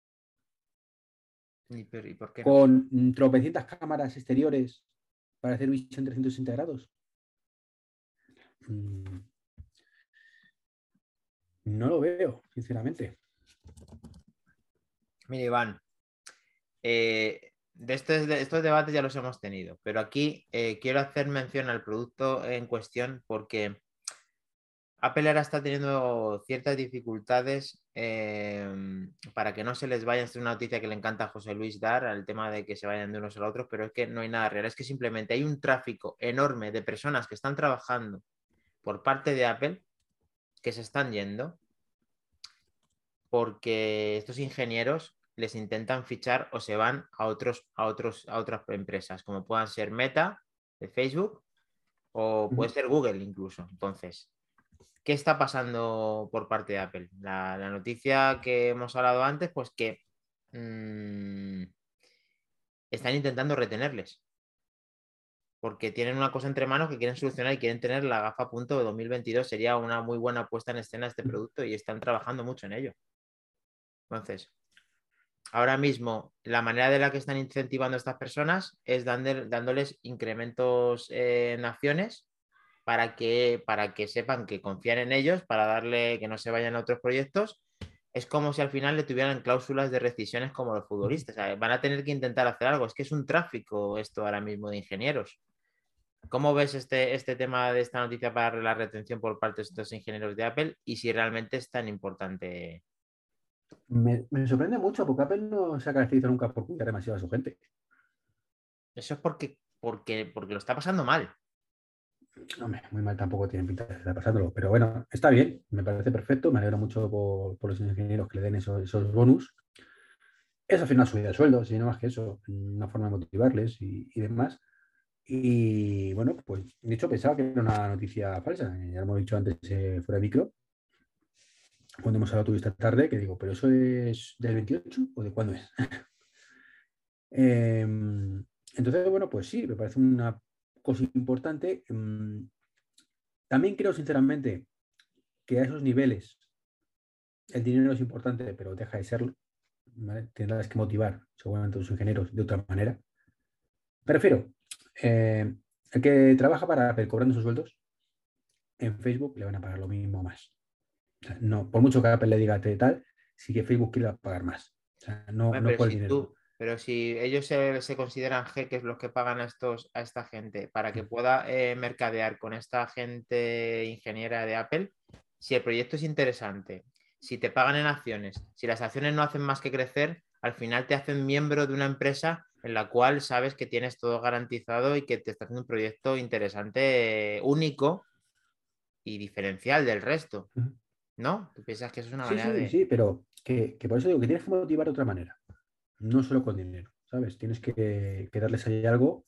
¿Y por qué no? con tropecientas cámaras exteriores para hacer visión 360 grados? Mm, no lo veo, sinceramente. Mira, Iván, estos debates ya los hemos tenido, pero aquí quiero hacer mención al producto en cuestión porque Apple ahora está teniendo ciertas dificultades para que no se les vaya. Esta es una noticia que le encanta a José Luis dar, al tema de que se vayan de unos a los otros, pero es que no hay nada real. Es que simplemente hay un tráfico enorme de personas que están trabajando por parte de Apple que se están yendo porque estos ingenieros les intentan fichar o se van a otras empresas, como puedan ser Meta de Facebook o puede ser Google incluso. Entonces, ¿qué está pasando por parte de Apple? La noticia que hemos hablado antes, pues que están intentando retenerles. Porque tienen una cosa entre manos que quieren solucionar y quieren tener la gafa a punto de 2022. Sería una muy buena puesta en escena este producto y están trabajando mucho en ello. Entonces, ahora mismo, la manera de la que están incentivando a estas personas es dándoles incrementos en acciones para que sepan que confían en ellos, para darle que no se vayan a otros proyectos. Es como si al final le tuvieran cláusulas de rescisiones como los futbolistas. O sea, van a tener que intentar hacer algo. Es que es un tráfico esto ahora mismo de ingenieros. ¿Cómo ves este tema de esta noticia para la retención por parte de estos ingenieros de Apple y si realmente es tan importante? Me sorprende mucho porque Apple no se ha caracterizado nunca por cuidar demasiado a su gente. Eso es porque lo está pasando mal. Hombre, muy mal tampoco tienen pinta de estar pasándolo, pero bueno, está bien, me parece perfecto, me alegro mucho por los ingenieros que le den esos bonus. Es al final subida de sueldos y no más que eso, una forma de motivarles y demás. Y bueno, pues de hecho pensaba que era una noticia falsa, ya lo hemos dicho antes fuera de micro, cuando hemos hablado tú esta tarde, que digo, ¿pero eso es del 28 o de cuándo es? Entonces, bueno, pues sí, me parece una cosa importante. También creo sinceramente que a esos niveles el dinero es importante, pero deja de serlo. ¿Vale? Tendrás que motivar seguramente a tus ingenieros de otra manera. Prefiero el que trabaja para Apple cobrando sus sueldos, en Facebook le van a pagar lo mismo o más. O sea, no, por mucho que Apple le diga tal, sí que Facebook quiere pagar más. O sea, no, Bueno, no por el dinero. pero si ellos se consideran jeques los que pagan a esta gente para que pueda mercadear con esta gente ingeniera de Apple, si el proyecto es interesante, si te pagan en acciones, si las acciones no hacen más que crecer, al final te hacen miembro de una empresa en la cual sabes que tienes todo garantizado y que te está haciendo un proyecto interesante, único y diferencial del resto, ¿no? ¿Tú piensas que eso es una Sí, manera sí, de... sí, pero que por eso digo que tienes que motivar de otra manera, no solo con dinero, ¿sabes? Tienes que darles ahí algo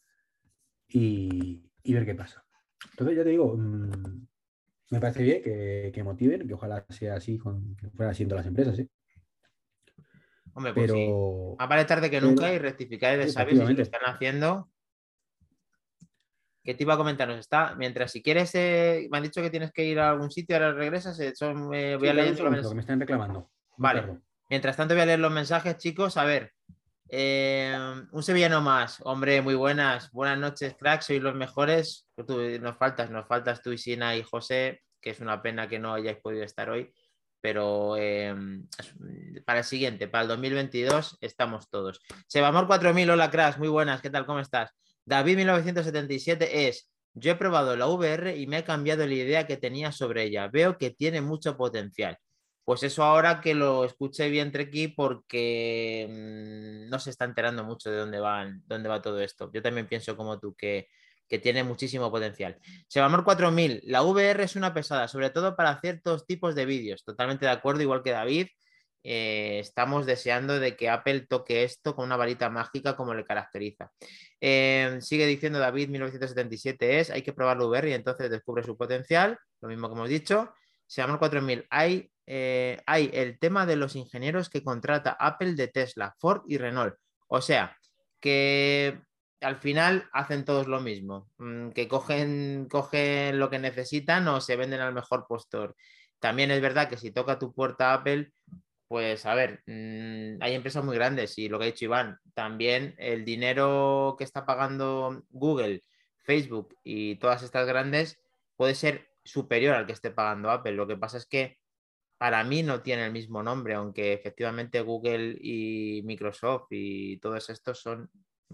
y ver qué pasa. Entonces, ya te digo, me parece bien que motiven, que ojalá sea así, que fueran siendo las empresas, ¿eh? Hombre, pues sí. Pero, Más vale tarde que nunca pero, y rectificar de sí, sabios y si lo efectivamente. están haciendo. ¿Qué te iba a comentar? Nos está, mientras si quieres, me han dicho que tienes que ir a algún sitio, ahora regresas, voy Sí, a tarda un leyendo los segundo, que mensajes. me están reclamando. No Vale. tardo. Mientras tanto voy a leer los mensajes, chicos. A ver, un sevillano más. Hombre, muy buenas. Buenas noches, crack. Sois los mejores. Nos faltas tú y Sina y José, que es una pena que no hayáis podido estar hoy. Pero para el siguiente, para el 2022, estamos todos. Sebamor 4000, hola, cracks. Muy buenas. ¿Qué tal? ¿Cómo estás? David 1977 es: yo he probado la VR y me ha cambiado la idea que tenía sobre ella. Veo que tiene mucho potencial. Pues eso ahora que lo escuche bien Treki porque no se está enterando mucho de dónde va todo esto. Yo también pienso como tú que tiene muchísimo potencial. Sebamor 4000, la VR es una pesada, sobre todo para ciertos tipos de vídeos. Totalmente de acuerdo, igual que David. Estamos deseando de que Apple toque esto con una varita mágica como le caracteriza. Sigue diciendo David 1977 hay que probar la VR y entonces descubre su potencial, lo mismo que hemos dicho. Seamos 4000. Hay el tema de los ingenieros que contrata Apple de Tesla, Ford y Renault. O sea, que al final hacen todos lo mismo, que cogen lo que necesitan o se venden al mejor postor. También es verdad que si toca tu puerta Apple, pues a ver, hay empresas muy grandes y lo que ha dicho Iván, también el dinero que está pagando Google, Facebook y todas estas grandes puede ser superior al que esté pagando Apple. Lo que pasa es que para mí no tiene el mismo nombre, aunque efectivamente Google y Microsoft y todos estos son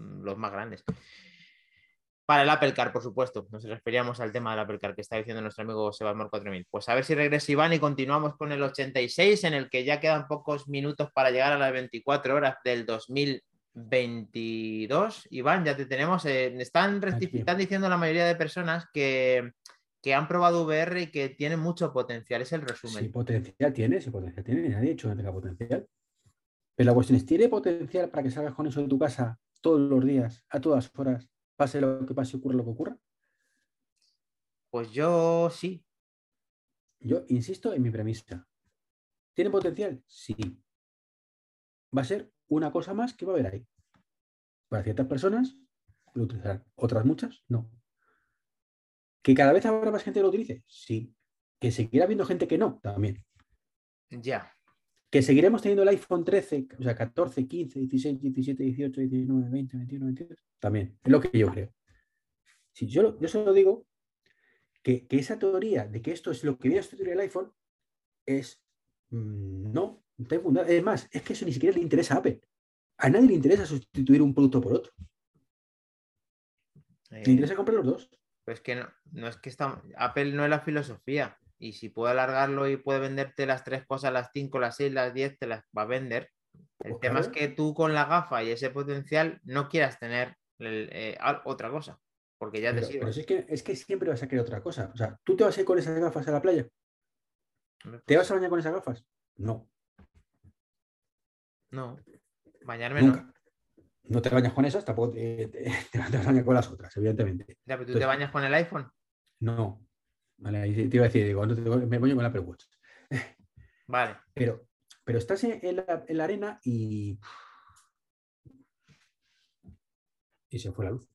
los más grandes. Para el Apple Car, por supuesto. Nos referíamos al tema del Apple Car que está diciendo nuestro amigo Sebasmor 4000. Pues a ver si regresa Iván y continuamos con el 86, en el que ya quedan pocos minutos para llegar a las 24 horas del 2022. Iván, ya te tenemos. Están diciendo la mayoría de personas que han probado VR y que tienen mucho potencial. Es el resumen. Sí, potencial tiene. Nadie ha dicho que tenga potencial. Pero la cuestión es, ¿tiene potencial para que salgas con eso de tu casa todos los días, a todas horas, pase lo que pase, ocurra lo que ocurra? Pues yo sí. Yo insisto en mi premisa. ¿Tiene potencial? Sí. Va a ser una cosa más que va a haber ahí. Para ciertas personas lo utilizarán, otras muchas no. ¿Que cada vez habrá más gente que lo utilice? Sí. ¿Que seguirá habiendo gente que no? También. Ya. ¿Que seguiremos teniendo el iPhone 13, o sea, 14, 15, 16, 17, 18, 19, 20, 21, 22? También. Es lo que yo creo. Si yo solo digo que esa teoría de que esto es lo que viene a sustituir el iPhone es no está infundada. Es más, es que eso ni siquiera le interesa a Apple. A nadie le interesa sustituir un producto por otro. Le interesa comprar los dos. Pues que no es que Apple no es la filosofía. Y si puede alargarlo y puede venderte las 3 cosas, las 5, las 6, las 10, te las va a vender. El tema es que tú con la gafa y ese potencial no quieras tener otra cosa, porque ya te sirve. Pero es que siempre vas a querer otra cosa. O sea, ¿tú te vas a ir con esas gafas a la playa? Pues, ¿Te vas a bañar con esas gafas? No. No. Bañarme nunca. no. No te bañas con esas, tampoco te vas a bañar con las otras, evidentemente. Ya, pero ¿tú te bañas con el iPhone? No. Vale, ahí te iba a decir, digo, me baño con la Apple Watch. Vale. Pero estás en la arena y se fue la luz.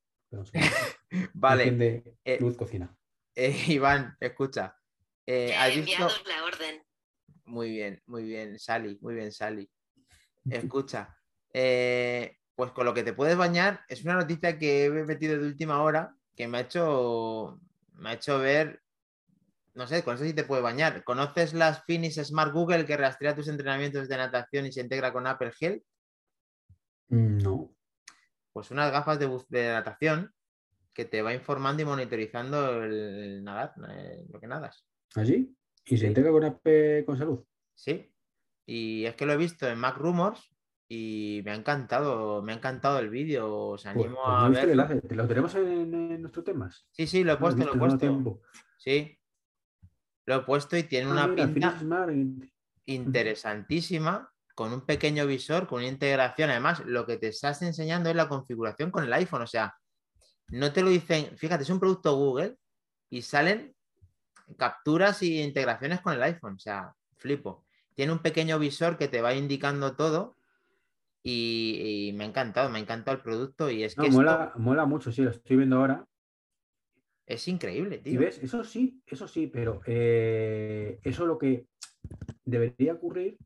Vale. Luz cocina. Iván, escucha. ¿Has enviado la orden? Muy bien, Sally. Muy bien, Sally. Escucha. Pues con lo que te puedes bañar es una noticia que he metido de última hora que me ha hecho ver. No sé, con eso sí te puedes bañar. ¿Conoces las Finish Smart Google que rastrea tus entrenamientos de natación y se integra con Apple Health? No. Pues unas gafas de natación que te va informando y monitorizando el nadar, lo que nadas. ¿Así? ¿Y se Sí. integra con Apple con salud? Sí. Y es que lo he visto en Mac Rumors y me ha encantado el vídeo. Os animo Pues no a he visto el verlo. enlace. ¿Te lo tenemos en nuestros temas? Sí, lo he puesto, lo he puesto. Sí. Lo he puesto y tiene una Mira, pinta Smart. interesantísima, con un pequeño visor, con una integración. Además, lo que te estás enseñando es la configuración con el iPhone. O sea, no te lo dicen, fíjate, es un producto Google y salen capturas y integraciones con el iPhone. O sea, flipo. Tiene un pequeño visor que te va indicando todo y me ha encantado el producto. Y es que mola mucho, sí, lo estoy viendo ahora. es increíble, tío. Y ves, eso sí, pero eso lo que debería ocurrir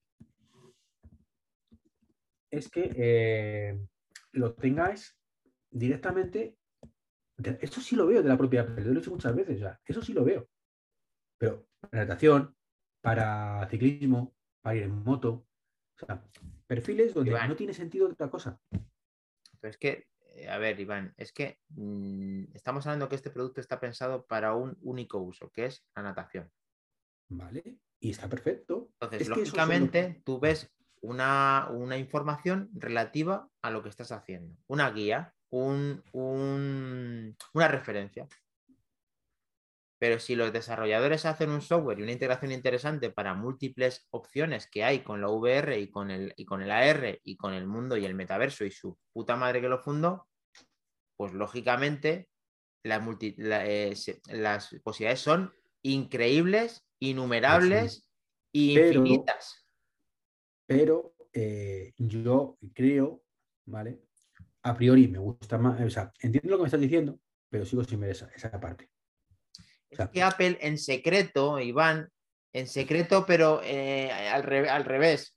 es que lo tengáis directamente. Eso sí lo veo de la propia Apple, lo he hecho muchas veces, ya. Eso sí lo veo. Pero para natación, para ciclismo, para ir en moto, o sea, perfiles donde Iván, no tiene sentido otra cosa. pero es que, a ver, Iván, es que estamos hablando que este producto está pensado para un único uso, que es la natación. Vale, y está perfecto. Entonces, Es que lógicamente, tú ves una información relativa a lo que estás haciendo, una guía, una referencia. Pero si los desarrolladores hacen un software y una integración interesante para múltiples opciones que hay con la VR y con el AR y con el mundo y el metaverso y su puta madre que lo fundó, pues lógicamente las posibilidades son increíbles, innumerables e infinitas. Pero yo creo, ¿vale? A priori me gusta más, o sea, entiendo lo que me estás diciendo, pero sigo sin ver esa parte. Es que Apple en secreto, Iván, en secreto, pero al revés,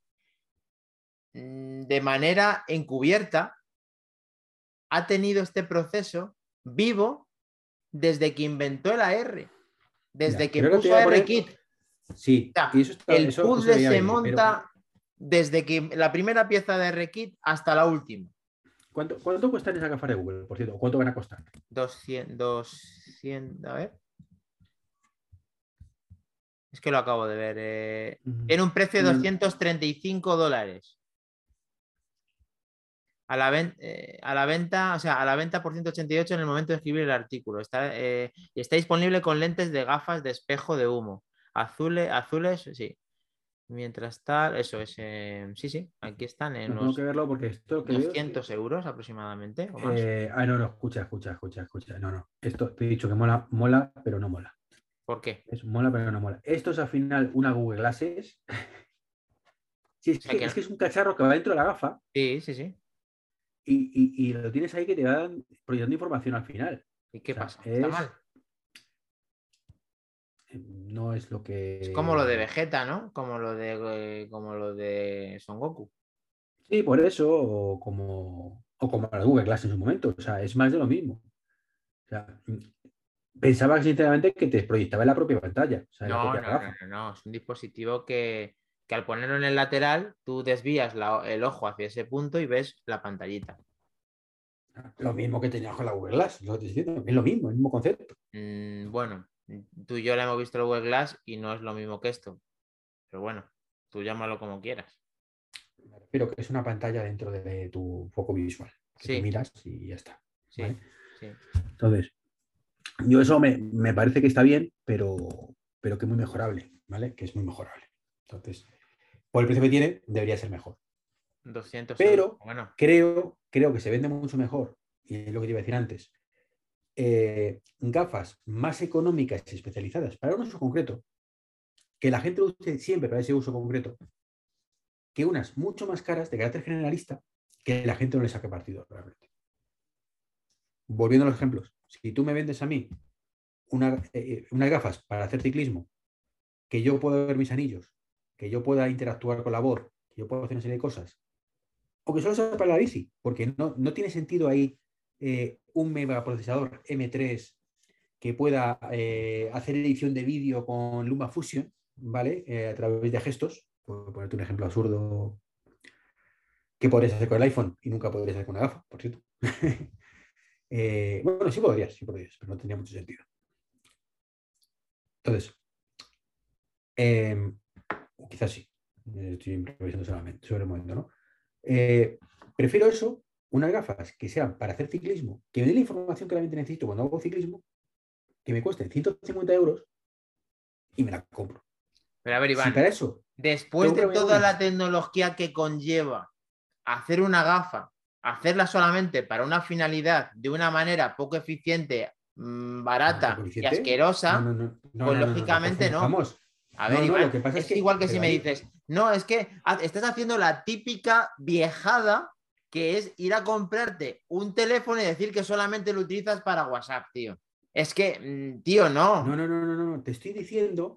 de manera encubierta, ha tenido este proceso vivo desde que inventó el AR, desde que puso ARKit. Sí, o sea, y el puzzle se monta desde que la primera pieza de ARKit hasta la última. ¿Cuánto cuestan esas gafas de Google, por cierto? ¿Cuánto van a costar? 200, a ver. Es que lo acabo de ver. Ujú. Tiene un precio de No, no. $235. A la venta, o sea, a la venta por 188 en el momento de escribir el artículo. Y está disponible con lentes de gafas de espejo de humo. Azules, sí. Mientras tal, eso es. Sí, aquí están en No tengo los que verlo porque esto lo que veo es 200 euros aproximadamente o más. no, escucha. No. Esto te he dicho que mola, pero no mola. ¿Por qué? Es mola, pero no mola. Esto es al final una Google Glasses. Sí, O sea que es que es un cacharro que va dentro de la gafa sí. y lo tienes ahí que te va proyectando información al final. ¿Y qué O sea, pasa? ¿Está mal? no es lo Es como lo de que... Vegeta, ¿no? Como lo de Son Goku. Sí, por eso, o como la Google Glass en su momento. O sea, es más de lo mismo. O sea, pensaba sinceramente que te proyectaba en la propia pantalla, o sea, en la No, propia no, no, gafa. no, no. Es un dispositivo que al ponerlo en el lateral, tú desvías el ojo hacia ese punto y ves la pantallita. Lo mismo que tenía con la Google Glass, lo que estoy diciendo, es lo mismo, el mismo concepto. Bueno, tú y yo le hemos visto el Google Glass y no es lo mismo que esto. Pero bueno, tú llámalo como quieras. Pero que es una pantalla dentro de tu foco visual, que tú Sí, miras y ya está. ¿Vale? sí. Entonces, yo eso me parece que está bien, pero que es muy mejorable, ¿vale? Que es muy mejorable. Entonces, por el precio que tiene, debería ser mejor. 200 euros. Pero Bueno, creo que se vende mucho mejor, y es lo que te iba a decir antes, gafas más económicas y especializadas para un uso concreto, que la gente use siempre para ese uso concreto, que unas mucho más caras de carácter generalista que la gente no le saque partido realmente. Volviendo a los ejemplos, si tú me vendes a mí unas gafas para hacer ciclismo, que yo pueda ver mis anillos, que yo pueda interactuar con la voz, que yo pueda hacer una serie de cosas, o que solo sea para la bici, porque no tiene sentido ahí un megaprocesador M3 que pueda hacer edición de vídeo con LumaFusion, ¿vale? A través de gestos, por ponerte un ejemplo absurdo que podrías hacer con el iPhone y nunca podrías hacer con una gafa, por cierto. Bueno, sí podrías, pero no tendría mucho sentido. Entonces, quizás sí, estoy improvisando solamente sobre el momento, ¿no? Prefiero eso, unas gafas que sean para hacer ciclismo, que me den la información que realmente necesito cuando hago ciclismo, que me cuesten 150 euros y me la compro. pero a ver, Si Iván, para eso después tengo que de cambiar toda la unas, tecnología que conlleva hacer una gafa, hacerla solamente para una finalidad de una manera poco eficiente, barata y coeficiente, asquerosa, pues no lógicamente no. confundamos. A ver, No, lo Iván, que pasa es es que, igual que si me David, dices, no, es que estás haciendo la típica viejada que es ir a comprarte un teléfono y decir que solamente lo utilizas para WhatsApp, tío. Es que, tío, no. te estoy diciendo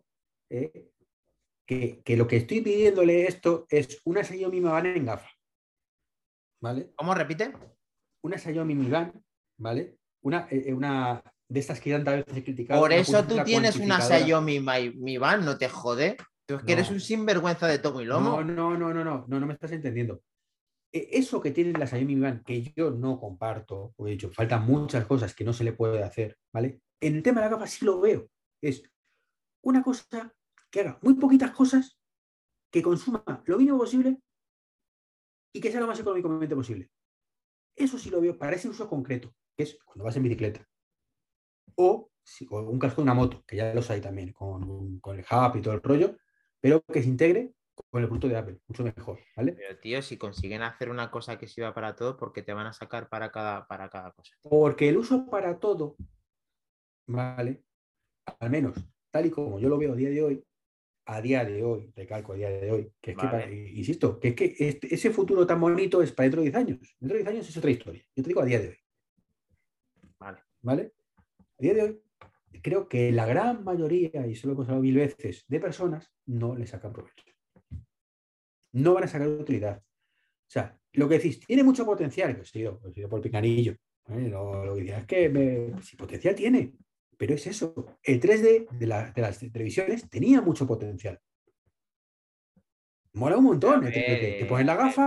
que lo que estoy pidiéndole esto es una Xiaomi Mi Band en gafa, ¿vale? ¿Cómo repite? Una Xiaomi Mi Band, ¿vale? Una de estas que tantas veces he criticado, Por una eso tú pulsera tienes una cuantificadora. Xiaomi Mi Band, no te jode. Tú es que eres un No, sinvergüenza de tomo y lomo. no me estás entendiendo. Eso que tiene la Xiaomi Mi Band, que yo no comparto, o he dicho, faltan muchas cosas que no se le puede hacer, ¿vale? En el tema de la gafa sí lo veo. Es una cosa que haga muy poquitas cosas, que consuma lo mínimo posible y que sea lo más económicamente posible. Eso sí lo veo para ese uso concreto, que es cuando vas en bicicleta. O un casco de una moto, que ya los hay también, con el hub y todo el rollo, pero que se integre con el producto de Apple, mucho mejor, ¿vale? Pero, tío, si consiguen hacer una cosa que sirva para todo, ¿por qué te van a sacar para cada cosa? Porque el uso para todo, ¿vale? Al menos tal y como yo lo veo a día de hoy, recalco a día de hoy, que es que, Vale. insisto, que es que ese futuro tan bonito es para dentro de 10 años. Dentro de 10 años es otra historia. Yo te digo a día de hoy, Vale. ¿vale? A día de hoy, creo que la gran mayoría, y eso lo hemos hablado 1000 veces, de personas no le sacan provecho. No van a sacar utilidad. O sea, lo que decís, tiene mucho potencial, que os he ido por el picanillo. Lo que decía es que si potencial tiene, pero es eso. El 3D de las televisiones tenía mucho potencial. Mola un A montón el ver, 3D. Te pones la gafa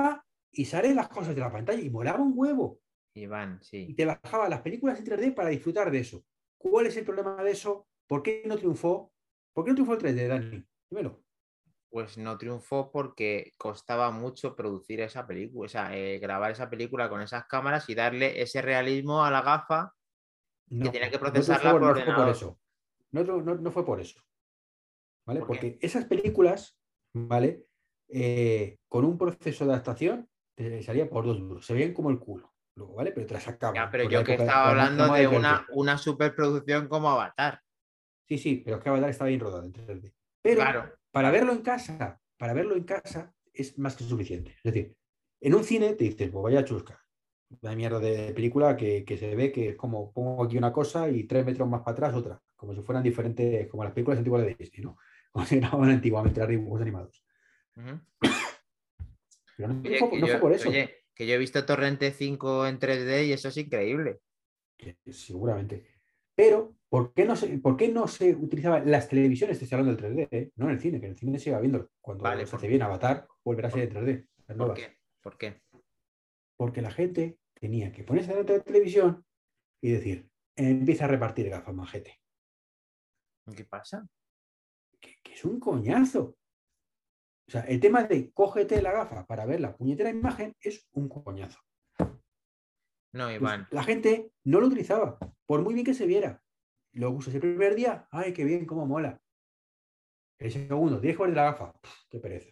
y salen las cosas de la pantalla y molaba un huevo. Iván, Y sí. te bajaba las películas en 3D para disfrutar de eso. ¿Cuál es el problema de eso? ¿Por qué no triunfó? ¿Por qué no triunfó el 3D, Dani? Dímelo. Pues no triunfó porque costaba mucho producir esa película, o sea, grabar esa película con esas cámaras y darle ese realismo a la gafa que No, tenía que no procesarla triunfó, por no fue por ordenador. eso. No fue por eso. ¿Vale? ¿Por qué? Porque esas películas, ¿vale? Con un proceso de adaptación, te salía por 2 duros. Se veían como el culo, luego, ¿vale? Pero te las Ya, sacaban pero por la yo que época, estaba la hablando moda de del 3D. una superproducción como Avatar. Sí, sí, pero es que Avatar está bien rodado en 3D. Pero Claro, para verlo en casa es más que suficiente. Es decir, en un cine te dices, pues vaya chusca, una mierda de película que se ve que es como pongo aquí una cosa y 3 metros más para atrás otra, como si fueran diferentes, como las películas antiguas de Disney, ¿no? Como se grababan antiguamente los dibujos animados. ujú. Pero Oye, no fue por eso, que yo he visto Torrente 5 en 3D y eso es increíble. seguramente. Pero, ¿por qué no se utilizaban las televisiones, estoy hablando del 3D, no en el cine, que en el cine se iba viendo cuando Vale, se hace bien Avatar, volverá a ser por, en 3D, las ¿por nuevas? qué? ¿Por qué? Porque la gente tenía que ponerse delante de la televisión y decir, empieza a repartir gafas, majete, ¿Qué pasa? que es un coñazo. O sea, el tema de cógete la gafa para ver la puñetera imagen es un coñazo. No, Pues Iván. la gente no lo utilizaba, por muy bien que se viera. Lo usas el primer día, ay, qué bien, cómo mola. El segundo, 10 horas de la gafa, qué pereza.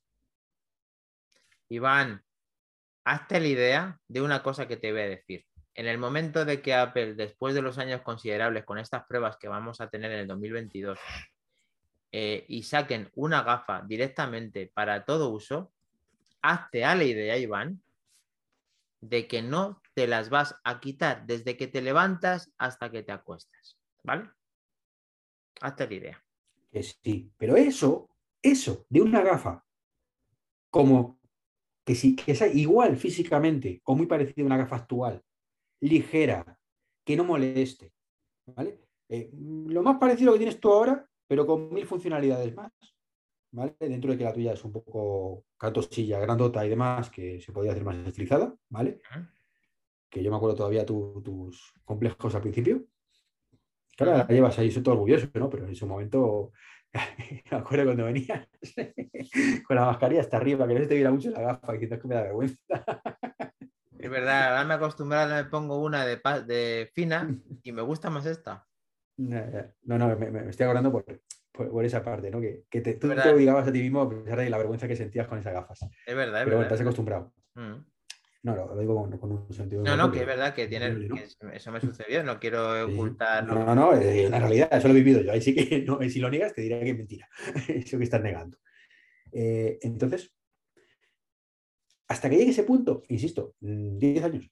Iván, hazte la idea de una cosa que te voy a decir. En el momento de que Apple, después de los años considerables con estas pruebas que vamos a tener en el 2022, y saquen una gafa directamente para todo uso, hazte a la idea, Iván, de que no te las vas a quitar desde que te levantas hasta que te acuestas. ¿Vale? Hazte la idea. Que sí, pero eso de una gafa, como que, sí, que sea igual físicamente o muy parecida a una gafa actual, ligera, que no moleste, ¿vale? Lo más parecido que tienes tú ahora, pero con 1000 funcionalidades más, ¿vale? Dentro de que la tuya es un poco catosilla, grandota y demás, que se podía hacer más estilizada, ¿vale? Uh Que yo me acuerdo todavía tus complejos al principio, que ahora -huh. la llevas ahí, soy todo orgulloso, ¿no? Pero en su momento, me acuerdo cuando venías con la mascarilla hasta arriba, que no se te viera mucho la gafa, y dices que me da vergüenza. Es verdad, ahora me he acostumbrado, me pongo una de fina y me gusta más esta. No, no, me estoy acordando por esa parte, ¿no? Es Tú te verdad, obligabas a ti mismo a pesar de la vergüenza que sentías con esas gafas. es verdad, es Pero bueno, verdad, te es has verdad. acostumbrado. Mm. No, lo digo con un sentido de No, humor no, que es porque verdad que tiene, entendible, que ¿no? eso me sucedió, no quiero Sí, sí. ocultar No, lo que no, no, es una realidad, eso lo he vivido yo. Ahí sí que, no, si lo niegas, te diré que es mentira. Eso que estás negando. Entonces, hasta que llegue ese punto, insisto, 10 años.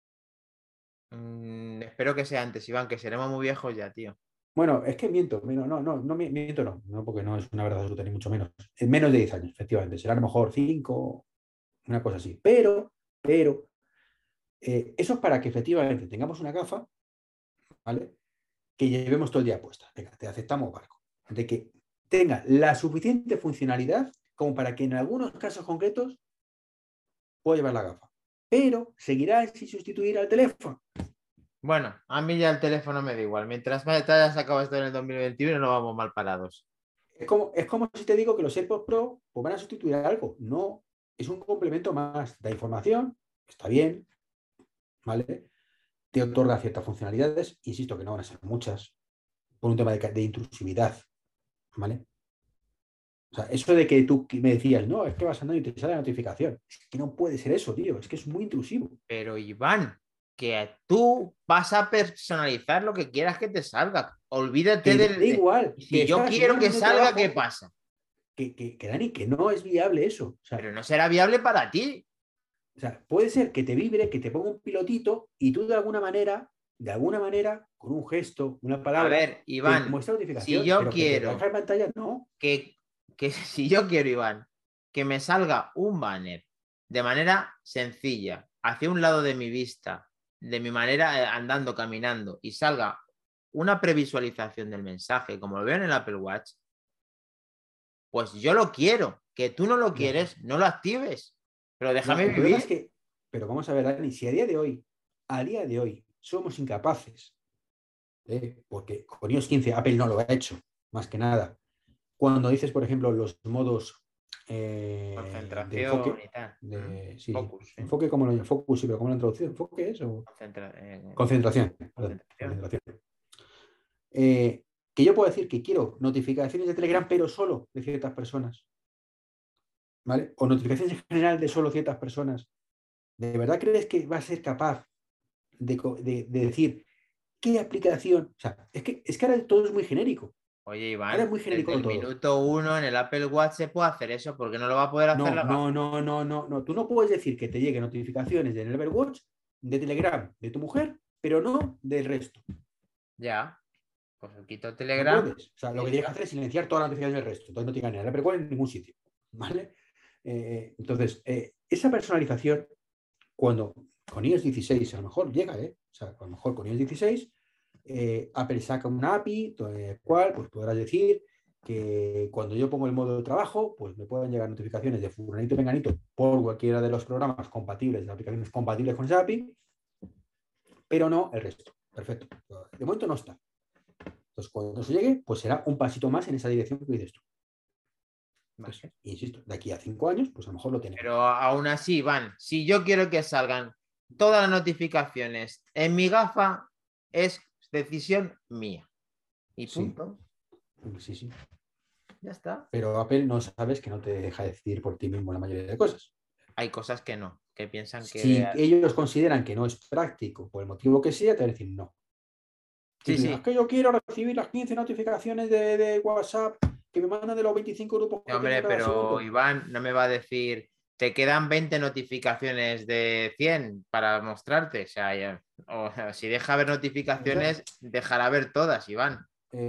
espero que sea antes, Iván, que seremos muy viejos ya, tío. Bueno, es que miento, no, miento, no, porque no es una verdad absoluta, ni mucho menos. En menos de 10 años, efectivamente. Será a lo mejor 5, una cosa así. Pero, eso es para que efectivamente tengamos una gafa, ¿vale? Que llevemos todo el día puesta. Venga, te aceptamos barco. De que tenga la suficiente funcionalidad como para que en algunos casos concretos pueda llevar la gafa. Pero seguirá sin sustituir al teléfono. Bueno, a mí ya el teléfono me da igual. Mientras más te hayas sacado esto en el 2021, no vamos mal parados. Es como si te digo que los AirPods Pro pues, van a sustituir algo. No, es un complemento más. Da información, está bien, ¿vale? Te otorga ciertas funcionalidades, insisto que no van a ser muchas, por un tema de intrusividad, ¿vale? O sea, eso de que tú me decías, no, es que vas andando y te sale la notificación. Es que no puede ser eso, tío, es que es muy intrusivo. Pero Iván, que tú vas a personalizar lo que quieras que te salga. Olvídate Que da del... igual, que Si yo estás quiero que en el salga, ¿qué trabajo, pasa? Dani, que no es viable eso. Pero no será viable para ti. O sea, puede ser que te vibre, que te ponga un pilotito y tú de alguna manera, con un gesto, una A palabra, ver, te Iván, muestra si notificación, yo pero que te aparezca quiero en pantalla, no. que, si yo quiero, Iván, que me salga un banner de manera sencilla, hacia un lado de mi vista, de mi manera andando, caminando, y salga una previsualización del mensaje, como lo veo en el Apple Watch, pues yo lo quiero. Que tú no lo Ya. quieres, no lo actives. Pero déjame el problema vivir. es que, pero vamos a ver, Dani, si a día de hoy, somos incapaces, porque con iOS 15 Apple no lo ha hecho, más que nada. Cuando dices, por ejemplo, los modos de Concentración enfoque, y tal. sí, Focus, ¿sí? enfoque, como lo focus, sí, pero ¿cómo lo han traducido? ¿Enfoque es o concentración? Perdón, Concentración. concentración. Que yo puedo decir que quiero notificaciones de Telegram, pero solo de ciertas personas, ¿vale? O notificaciones en general de solo ciertas personas. ¿De verdad crees que va a ser capaz de decir qué aplicación? O sea, es que ahora todo es muy genérico. Oye, Ahora es Iván, muy desde genérico el todo. minuto 1 en el Apple Watch se puede hacer eso, porque no lo va a poder hacer No, la no, gafa. no, no, no, no. Tú no puedes decir que te lleguen notificaciones del Everwatch, de Telegram, de tu mujer, pero no del resto. Ya, pues quito No Telegram puedes. O sea, y lo ya que tienes que está. hacer es silenciar todas las notificaciones del resto. Entonces no te llegan ni al Everwatch en ningún sitio. ¿Vale? Entonces, esa personalización, cuando con iOS 16 a lo mejor llega, o sea, a lo mejor con iOS 16 Apple saca una API, cual pues podrás decir que cuando yo pongo el modo de trabajo, pues me pueden llegar notificaciones de fulanito y menganito por cualquiera de los programas compatibles, de aplicaciones compatibles con esa API, pero no el resto. Perfecto. De momento no está. Entonces, cuando eso llegue, pues será un pasito más en esa dirección que dices tú. Entonces, Vale. insisto, de aquí a 5 años, pues a lo mejor lo tenemos. Pero aún así, Iván, si yo quiero que salgan todas las notificaciones en mi gafa, es decisión mía. Y Sí, punto. sí, sí. Ya está. Pero Apple no sabes que no te deja decidir por ti mismo la mayoría de cosas. Hay cosas que no, que piensan que... Si ellos consideran que no es práctico por el motivo que sea, te van a decir no. Si Sí, tú digas sí. que yo quiero recibir las 15 notificaciones de WhatsApp que me mandan de los 25 grupos que tengo Hombre, cada pero segundo. Iván no me va a decir, te quedan 20 notificaciones de 100 para mostrarte. O sea, si deja ver notificaciones, dejará ver todas, Iván.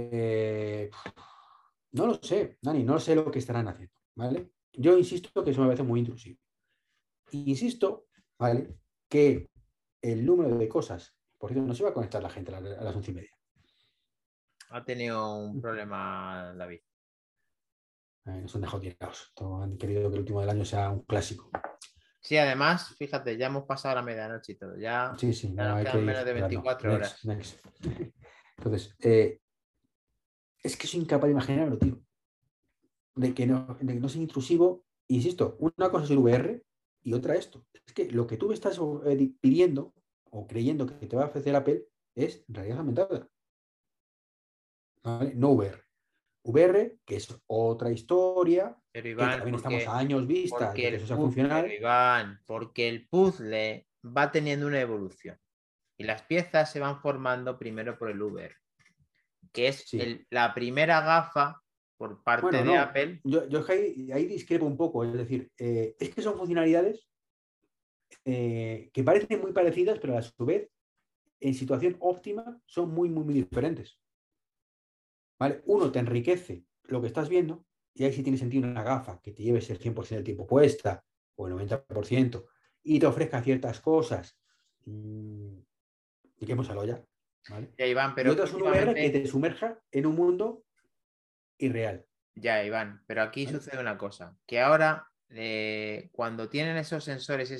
No lo sé, Dani, no sé lo que estarán haciendo, ¿vale? Yo insisto que eso me parece muy intrusivo. Insisto, ¿vale? Que el número de cosas, por cierto, no se va a conectar la gente a las 11:30. Ha tenido un problema, David. Nos han dejado tirados. Han querido que el último del año sea un clásico. Sí, además, fíjate, ya hemos pasado la medianoche y todo. Ya, Sí, sí, ya no nos hay que quedan ir menos de cerrando. 24 Next, horas. next. Entonces, es que soy incapaz de imaginarlo, tío. De que no sea intrusivo. Insisto, una cosa es el VR y otra esto. Es que lo que tú me estás pidiendo o creyendo que te va a ofrecer Apple es realidad aumentada. ¿Vale? No VR. VR, que es otra historia, Pero que Iván, también estamos a años vista de que eso sea pero funcional. Iván, porque el puzzle va teniendo una evolución y las piezas se van formando primero por el VR, que es Sí. la primera gafa por parte Bueno, de no, Apple. yo ahí discrepo un poco. Es decir, es que son funcionalidades que parecen muy parecidas, pero a su vez, en situación óptima, son muy, muy, muy diferentes. ¿Vale? Uno te enriquece lo que estás viendo, y ahí sí tiene sentido una gafa que te lleves el 100% del tiempo puesta, o el 90%, y te ofrezca ciertas cosas. Y que hemos hablado ya. ¿Vale? Ya, Iván, Y pero otra que es un VR que últimamente, te sumerja en un mundo irreal. ya, Iván, pero aquí ¿Vale? sucede una cosa, que ahora cuando tienen esos sensores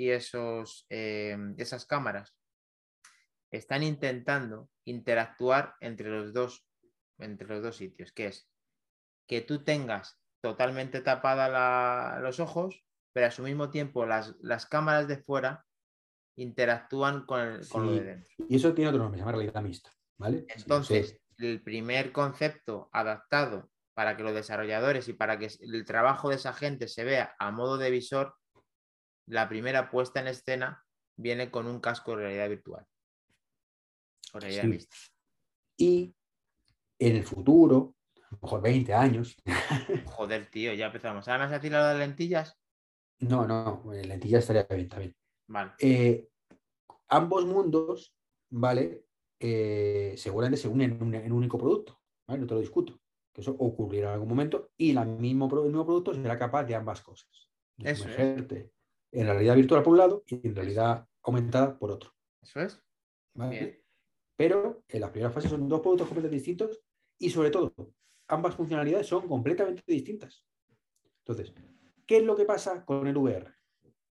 esas cámaras, están intentando interactuar entre los dos sitios, que es que tú tengas totalmente tapada los ojos, pero a su mismo tiempo las cámaras de fuera interactúan con lo de Sí, dentro. y eso tiene otro nombre, se llama realidad mixta. ¿Vale? Sí, lo Entonces, sé. el primer concepto adaptado para que los desarrolladores y para que el trabajo de esa gente se vea a modo de visor, la primera puesta en escena viene con un casco de realidad virtual o realidad Sí. mixta. Y en el futuro, a lo mejor 20 años, Joder, tío, ya empezamos. ¿Ahora me has decir las lentillas? no, lentillas estaría bien también. Vale. Ambos mundos, ¿vale? Seguramente se unen en un único producto, ¿vale? No te lo discuto. Que eso ocurrirá en algún momento y el mismo producto será capaz de ambas cosas. De Eso es. sumergerte en la realidad virtual por un lado y en Eso, realidad aumentada por otro. eso es. Bien. ¿Vale? Pero en la primera fase son dos productos completamente distintos y sobre todo ambas funcionalidades son completamente distintas. Entonces, ¿qué es lo que pasa con el VR?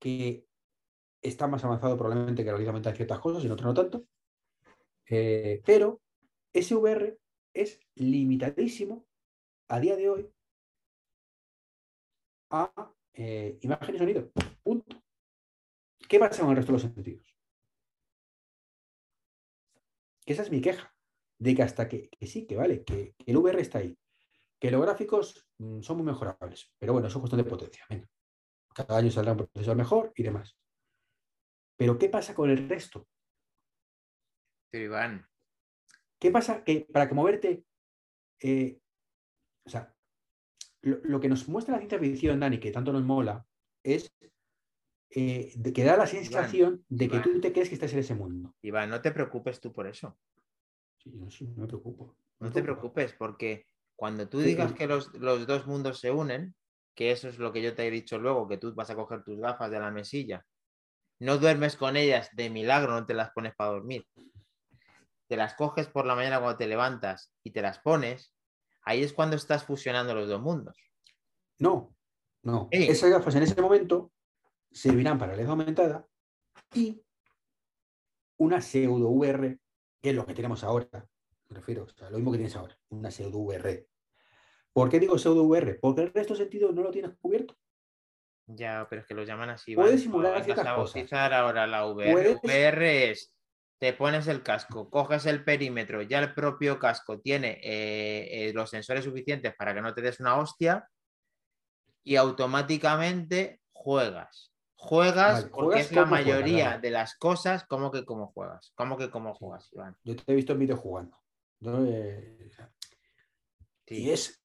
que está más avanzado probablemente que la realidad aumentada en ciertas cosas, y en otras no tanto. Pero ese VR es limitadísimo a día de hoy a imagen y sonido. Punto. ¿Qué pasa con el resto de los sentidos? Que esa es mi queja. De que hasta que sí, que vale, que el VR está ahí. Que los gráficos son muy mejorables. Pero bueno, eso es cuestión de potencia. Venga. Cada año saldrá un procesador mejor y demás. Pero ¿qué pasa con el resto? Pero Iván, ¿Qué pasa? Que para que moverte... o sea, lo que nos muestra la ciencia ficción, Dani, que tanto nos mola, es que da la sensación de que tú te crees que estás en ese mundo. Iván, no te preocupes tú por eso. Sí, no me preocupo. No te preocupes, porque cuando tú Sí, digas que los dos mundos se unen, que eso es lo que yo te he dicho luego, que tú vas a coger tus gafas de la mesilla, no duermes con ellas de milagro, no te las pones para dormir. Te las coges por la mañana cuando te levantas y te las pones, ahí es cuando estás fusionando los dos mundos. No. Sí. Esas gafas en ese momento servirán para realidad aumentada y una pseudo VR, que es lo que tenemos ahora. Me refiero, o sea, lo mismo que tienes ahora, una pseudo VR. ¿Por qué digo pseudo VR? Porque el resto de sentido no lo tienes cubierto. Ya, pero es que lo llaman así, Iván. Puedes No, simular vas ciertas a cosas. bautizar ahora la VR. Puedes... VR es, te pones el casco, coges el perímetro, ya el propio casco tiene los sensores suficientes para que no te des una hostia y automáticamente juegas. Juegas Vale, porque juegas es la como juegas, mayoría Dani. de las cosas como que como juegas. Como que como juegas, Iván. Yo te he visto en vídeo jugando. ¿No? Sí. Y es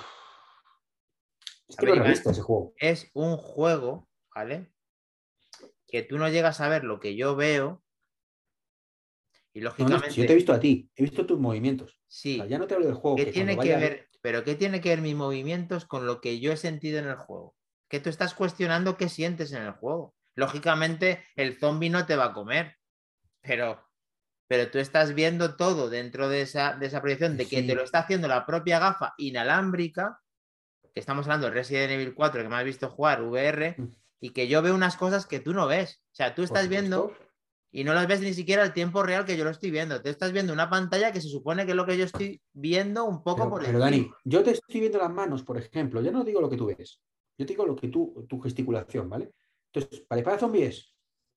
A que ver, no es Iván, realista ese juego. es un juego, ¿vale? Que tú no llegas a ver lo que yo veo y No, si yo te he lógicamente, visto a ti, he visto tus movimientos. O sea, sí. ya no te hablo del juego, ¿Qué que cuando tiene que vaya... ver? Pero ¿qué tiene que ver mis movimientos con lo que yo he sentido en el juego? Que tú estás cuestionando qué sientes en el juego. Lógicamente, el zombie no te va a comer, pero, pero tú estás viendo todo dentro de esa proyección de que te lo Sí, está haciendo la propia gafa inalámbrica, que estamos hablando del Resident Evil 4, que me has visto jugar VR, y que yo veo unas cosas que tú no ves. O sea, tú por estás supuesto. viendo y no las ves ni siquiera al tiempo real que yo lo estoy viendo. Tú estás viendo una pantalla que se supone que es lo que yo estoy viendo un poco por Pero Dani, encima. yo te estoy viendo las manos, por ejemplo. Yo no digo lo que tú ves. Yo te digo lo que tu gesticulación, ¿vale? Entonces, para disparar zombies,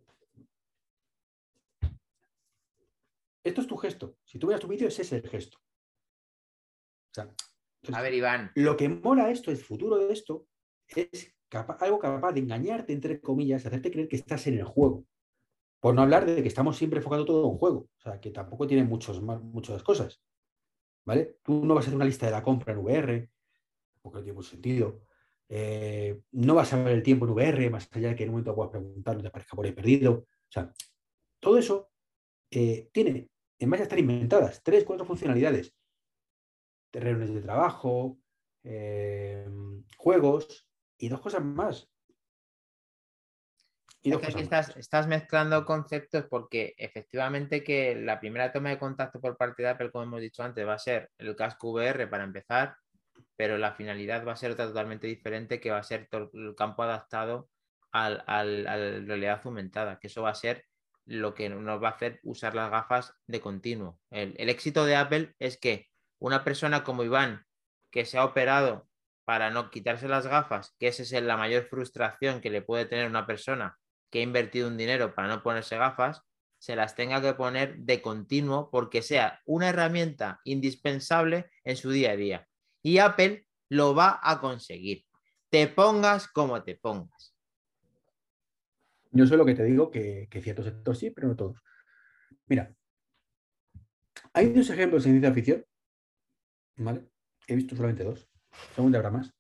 esto es tu gesto. Si tú miras tu vídeo, ese es el gesto. O sea, entonces, A ver, Iván, lo que mola esto, el futuro de esto, es algo capaz de engañarte, entre comillas, hacerte creer que estás en el juego. Por no hablar de que estamos siempre enfocando todo en un juego. O sea, que tampoco tiene muchas cosas. ¿Vale? Tú no vas a hacer una lista de la compra en VR, porque no tiene mucho sentido. No vas a ver el tiempo en VR, más allá de que en un momento puedas preguntar, no te aparezca por ahí perdido. O sea, todo eso tiene, en base a estar inventadas, 3, 4 funcionalidades. Reuniones de trabajo, juegos y 2 cosas más. es que aquí estás mezclando conceptos porque efectivamente que la primera toma de contacto por parte de Apple, como hemos dicho antes, va a ser el casco VR para empezar, pero la finalidad va a ser otra totalmente diferente, que va a ser todo el campo adaptado a la realidad aumentada, que eso va a ser lo que nos va a hacer usar las gafas de continuo. El éxito de Apple es que una persona como Iván, que se ha operado para no quitarse las gafas, que esa es la mayor frustración que le puede tener una persona que ha invertido un dinero para no ponerse gafas, se las tenga que poner de continuo porque sea una herramienta indispensable en su día a día. Y Apple lo va a conseguir. Te pongas como te pongas. Yo sé lo que te digo, que ciertos sectores sí, pero no todos. Mira, hay 2 ejemplos en ciencia ficción, ¿vale? He visto solamente 2, según habrá más,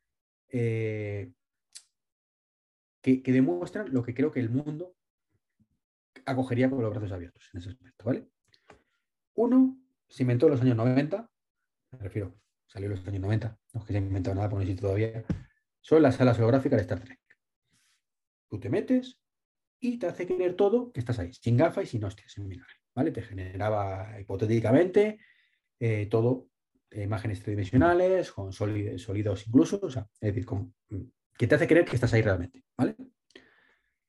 que demuestran lo que creo que el mundo acogería con los brazos abiertos en ese aspecto, ¿vale? Uno se inventó en los años 90, me refiero, salió en los años 90, no es que se haya inventado nada por no existe todavía, son las salas holográficas de Star Trek. Tú te metes y te hace creer todo que estás ahí, sin gafas y sin hostias, en vinagre, ¿vale? Te generaba hipotéticamente todo, imágenes tridimensionales, con sólidos incluso, o sea, es decir, que te hace creer que estás ahí realmente, ¿vale?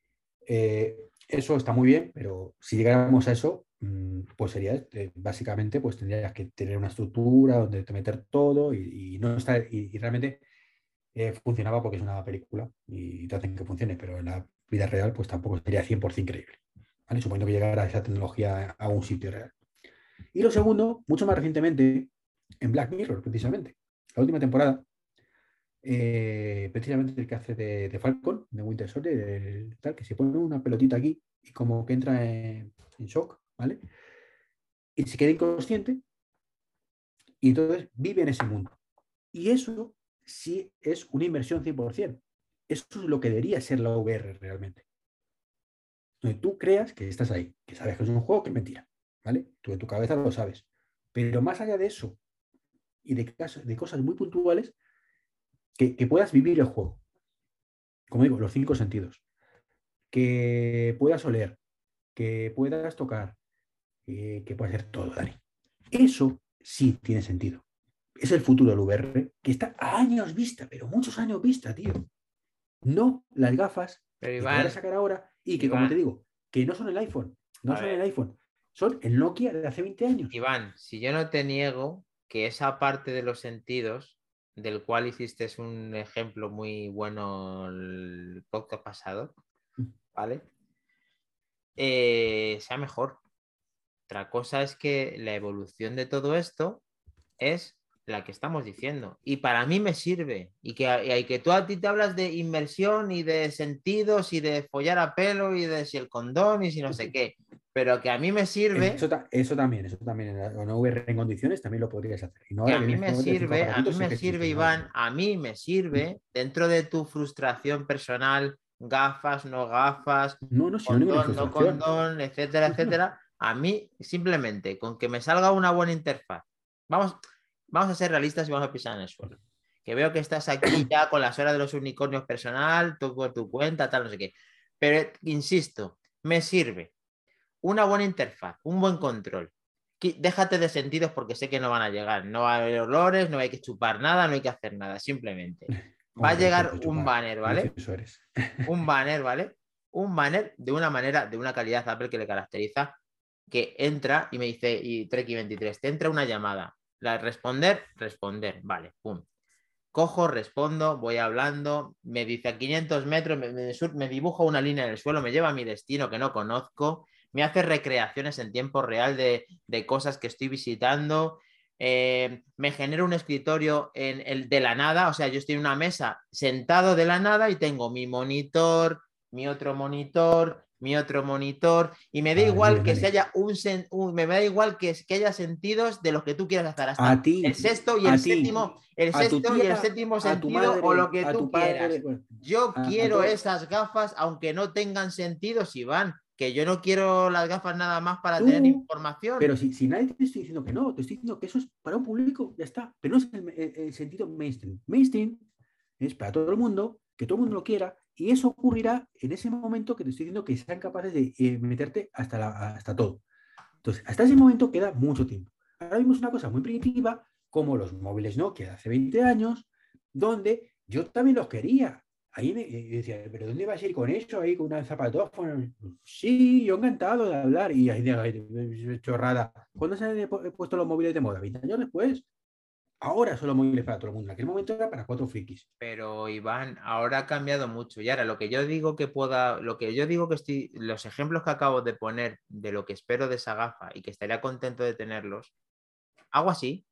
Eso está muy bien, pero si llegáramos a eso, pues sería básicamente, pues tendrías que tener una estructura donde te meter todo y no estar, y realmente funcionaba porque es una película y te hacen que funcione, pero en la vida real pues tampoco sería 100% creíble, ¿vale? Suponiendo que llegara esa tecnología a un sitio real. Y lo segundo, mucho más recientemente, en Black Mirror, precisamente, la última temporada, precisamente el que hace de Falcon, de Winter Soldier, tal, que se pone una pelotita aquí y como que entra en shock, ¿vale? Y se queda inconsciente y entonces vive en ese mundo. Y eso sí es una inversión 100%. Eso es lo que debería ser la VR realmente. Donde tú creas que estás ahí, que sabes que es un juego, que es mentira, ¿vale? Tú en tu cabeza lo sabes. Pero más allá de eso y de cosas muy puntuales, que puedas vivir el juego. Como digo, los 5 sentidos. Que puedas oler, que puedas tocar, que puedas hacer todo, Dani. Eso sí tiene sentido. Es el futuro del VR, que está a años vista, pero muchos años vista, tío. No las gafas Pero que te van a Iván, sacar ahora y que, como te Iván, digo, que no son el iPhone, no a son el ver, iPhone, son el Nokia de hace 20 años. Iván, si yo no te niego que esa parte de los sentidos, del cual hiciste un ejemplo muy bueno el podcast pasado, ¿vale? Sea mejor. Otra cosa es que la evolución de todo esto es la que estamos diciendo. Y para mí me sirve. Y que tú a ti te hablas de inmersión y de sentidos y de follar a pelo y de si el condón y si no sé qué. Pero que a mí me sirve, Eso tambin en la VR en condiciones también lo podrías hacer. Y no que ahora a que mí tienes que me moverte de 5 sirve, a mí aparatitos, sí me que sirve, existen ahora. Iván, a mí me sirve dentro de tu frustración personal, gafas, no gafas, No, no, si no hay ninguna condón, no frustración. condón, etcétera, No, no. etcétera. A mí simplemente con que me salga una buena interfaz. Vamos, vamos a ser realistas y vamos a pisar en el suelo. Que veo que estás aquí ya con las horas de los unicornios personal, tú por tu cuenta, tal, no sé qué. Pero insisto, me sirve una buena interfaz, un buen control. Déjate de sentidos porque sé que no van a llegar. No va a haber olores, no hay que chupar nada, no hay que hacer nada. Simplemente va a Hombre, sí, llegar de un chupar. banner, Qué ¿vale? gracioso eres. Un banner, ¿vale? Un banner de una manera, de una calidad Apple que le caracteriza, que entra y me dice, y Treki 23, te entra una llamada. La responder, vale, pum. Cojo, respondo, voy hablando, me dice a 500 metros, me dibuja una línea en el suelo, me lleva a mi destino que no conozco, me hace recreaciones en tiempo real de cosas que estoy visitando, me genera un escritorio de la nada, o sea, yo estoy en una mesa sentado de la nada y tengo mi monitor, mi otro monitor, mi otro monitor, y me da Vale, muy igual bien, que se Dani. haya me da igual que haya sentidos de los que tú quieras hacer, A hasta ti, el sexto y a el ti, séptimo, el a tu sexto y tía, el séptimo a tu sentido o madre, lo que a tú tu padre, quieras. bueno, Yo a quiero todo. esas gafas, aunque no tengan sentidos, Iván, que yo no quiero las gafas nada más para tener Tú, información. pero si nadie te estoy diciendo que no, te estoy diciendo que eso es para un público, ya está. Pero no es el sentido mainstream. Mainstream es para todo el mundo, que todo el mundo lo quiera, y eso ocurrirá en ese momento que te estoy diciendo que sean capaces de meterte hasta todo. Entonces, hasta ese momento queda mucho tiempo. Ahora vimos una cosa muy primitiva, como los móviles Nokia de hace 20 años, donde yo también los quería. Ahí me decía, ¿pero dónde vas a ir con eso? Ahí con una zapatófono. Sí, yo encantado de hablar. Y ahí de chorrada. ¿Cuándo se han puesto los móviles de moda? 20 años después. Ahora son los móviles para todo el mundo. En aquel momento era para 4 frikis. Pero Iván, ahora ha cambiado mucho. Y ahora lo que yo digo que pueda, lo que yo digo que estoy, los ejemplos que acabo de poner de lo que espero de esa gafa y que estaría contento de tenerlos, hago así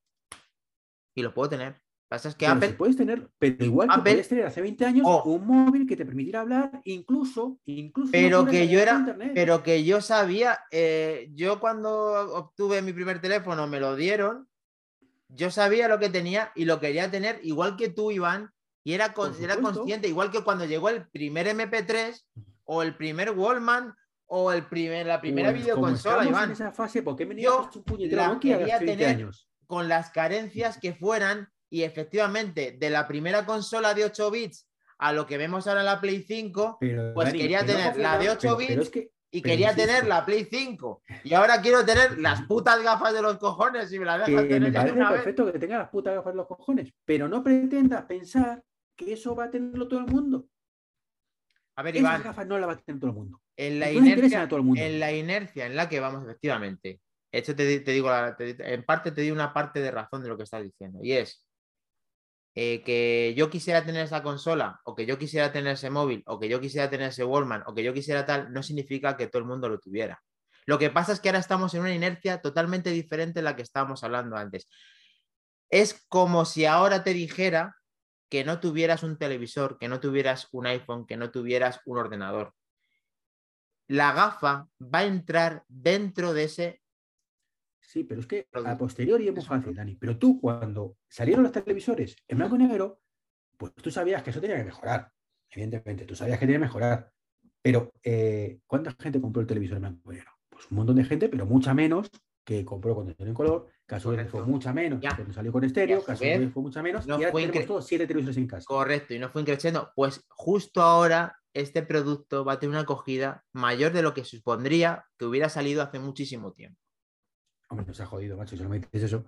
y los puedo tener. Lo que pasa es que Pero si puedes tener, pero igual que podías Apple, tener hace 20 años oh, un móvil que te permitiera hablar, incluso no pudiera navegar por internet. pero que yo sabía, yo cuando obtuve mi primer teléfono me lo dieron, yo sabía lo que tenía y lo quería tener igual que tú, Iván, y Por era supuesto. consciente, igual que cuando llegó el primer MP3 o el primer Wallman o la primera Pues como videoconsola, estamos en Iván. esa fase, ¿por qué me niegas Yo un puñetero las Nokia de quería hace 20 tener años? con las carencias que fueran y efectivamente de la primera consola de 8 bits a lo que vemos ahora en la Play 5, Pero pues Dani, quería que no tener la de confundamos, 8 pero es bits que, y pero quería tener insisto, la Play 5. Y ahora quiero tener las putas gafas de los cojones si me las dejas que tener me ya de parece una vez. perfecto que tenga las putas gafas en los cojones, pero no pretendas pensar que eso va a tenerlo todo el mundo. A ver, Esas Iván, gafas no las va a tener todo el mundo. en Y la no le interesan inercia, a todo el mundo. en la inercia en la que vamos, efectivamente. De hecho, te digo, en parte te di una parte de razón de lo que estás diciendo. Y es que yo quisiera tener esa consola, o que yo quisiera tener ese móvil, o que yo quisiera tener ese Wallman, o que yo quisiera tal, no significa que todo el mundo lo tuviera. Lo que pasa es que ahora estamos en una inercia totalmente diferente a la que estábamos hablando antes. Es como si ahora te dijera que no tuvieras un televisor, que no tuvieras un iPhone, que no tuvieras un ordenador. La gafa va a entrar dentro de ese Sí, pero es que a producto. posteriori es muy fácil, Dani. Pero tú, cuando salieron los televisores en blanco y negro, pues tú sabías que eso tenía que mejorar. Evidentemente, tú sabías que tenía que mejorar. Pero, ¿cuánta gente compró el televisor en blanco y negro? Pues un montón de gente, pero mucha menos que compró con en color, que a su vez fue Correcto. mucha menos Ya. cuando salió con Y a estéreo, que su a su vez vez, fue mucha menos, no y ahora fue tenemos todos 7 televisores en casa. correcto, y no fue increciendo. Pues justo ahora este producto va a tener una acogida mayor de lo que supondría que hubiera salido hace muchísimo tiempo. Hombre, nos ha jodido, macho, si no me dices eso.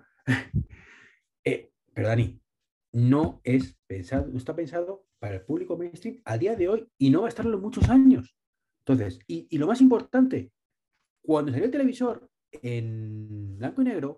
Pero Dani, no está pensado para el público mainstream a día de hoy y no va a estarlo en muchos años. Entonces, y lo más importante, cuando salió el televisor en blanco y negro,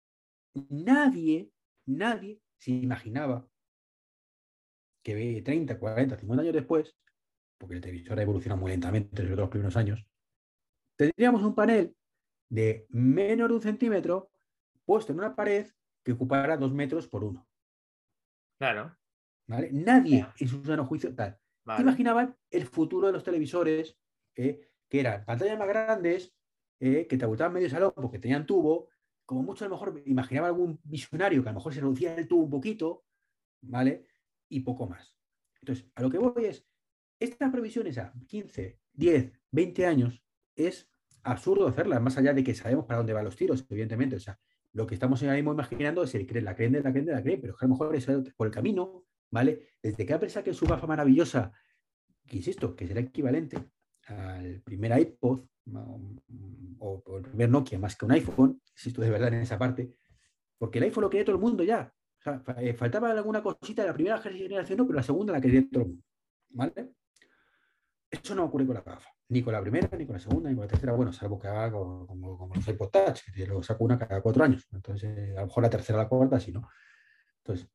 nadie se imaginaba que 30, 40, 50 años después, porque el televisor ha evolucionado muy lentamente desde los primeros años, tendríamos un panel de menos de 1 centímetro puesto en una pared que ocupara 2 metros por uno. Claro. ¿Vale? Nadie en su sano juicio tal. Vale. Imaginaban el futuro de los televisores, que eran pantallas más grandes, que te aguantaban medio salón porque tenían tubo. Como mucho a lo mejor imaginaba algún visionario que a lo mejor se reducía el tubo un poquito, ¿vale? Y poco más. Entonces, a lo que voy es, estas previsiones a 15, 10, 20 años es absurdo hacerlas, más allá de que sabemos para dónde van los tiros, evidentemente. O sea, lo que estamos ahora mismo imaginando es la creen de la creen de la creen, pero que a lo mejor es por el camino, ¿vale? Desde que Apple saque su gafa maravillosa, que insisto, que será equivalente al primer iPod o el primer Nokia más que un iPhone, insisto de verdad en esa parte, porque el iPhone lo quería todo el mundo ya. O sea, faltaba alguna cosita de la primera generación, no, pero la segunda la quería todo el mundo. ¿Vale? Eso no ocurre con la gafa, ni con la primera, ni con la segunda, ni con la tercera. Bueno, salvo que haga como los iPod Touch, que lo saco una cada 4 años. Entonces, a lo mejor la tercera o la cuarta, sí, ¿no? Entonces,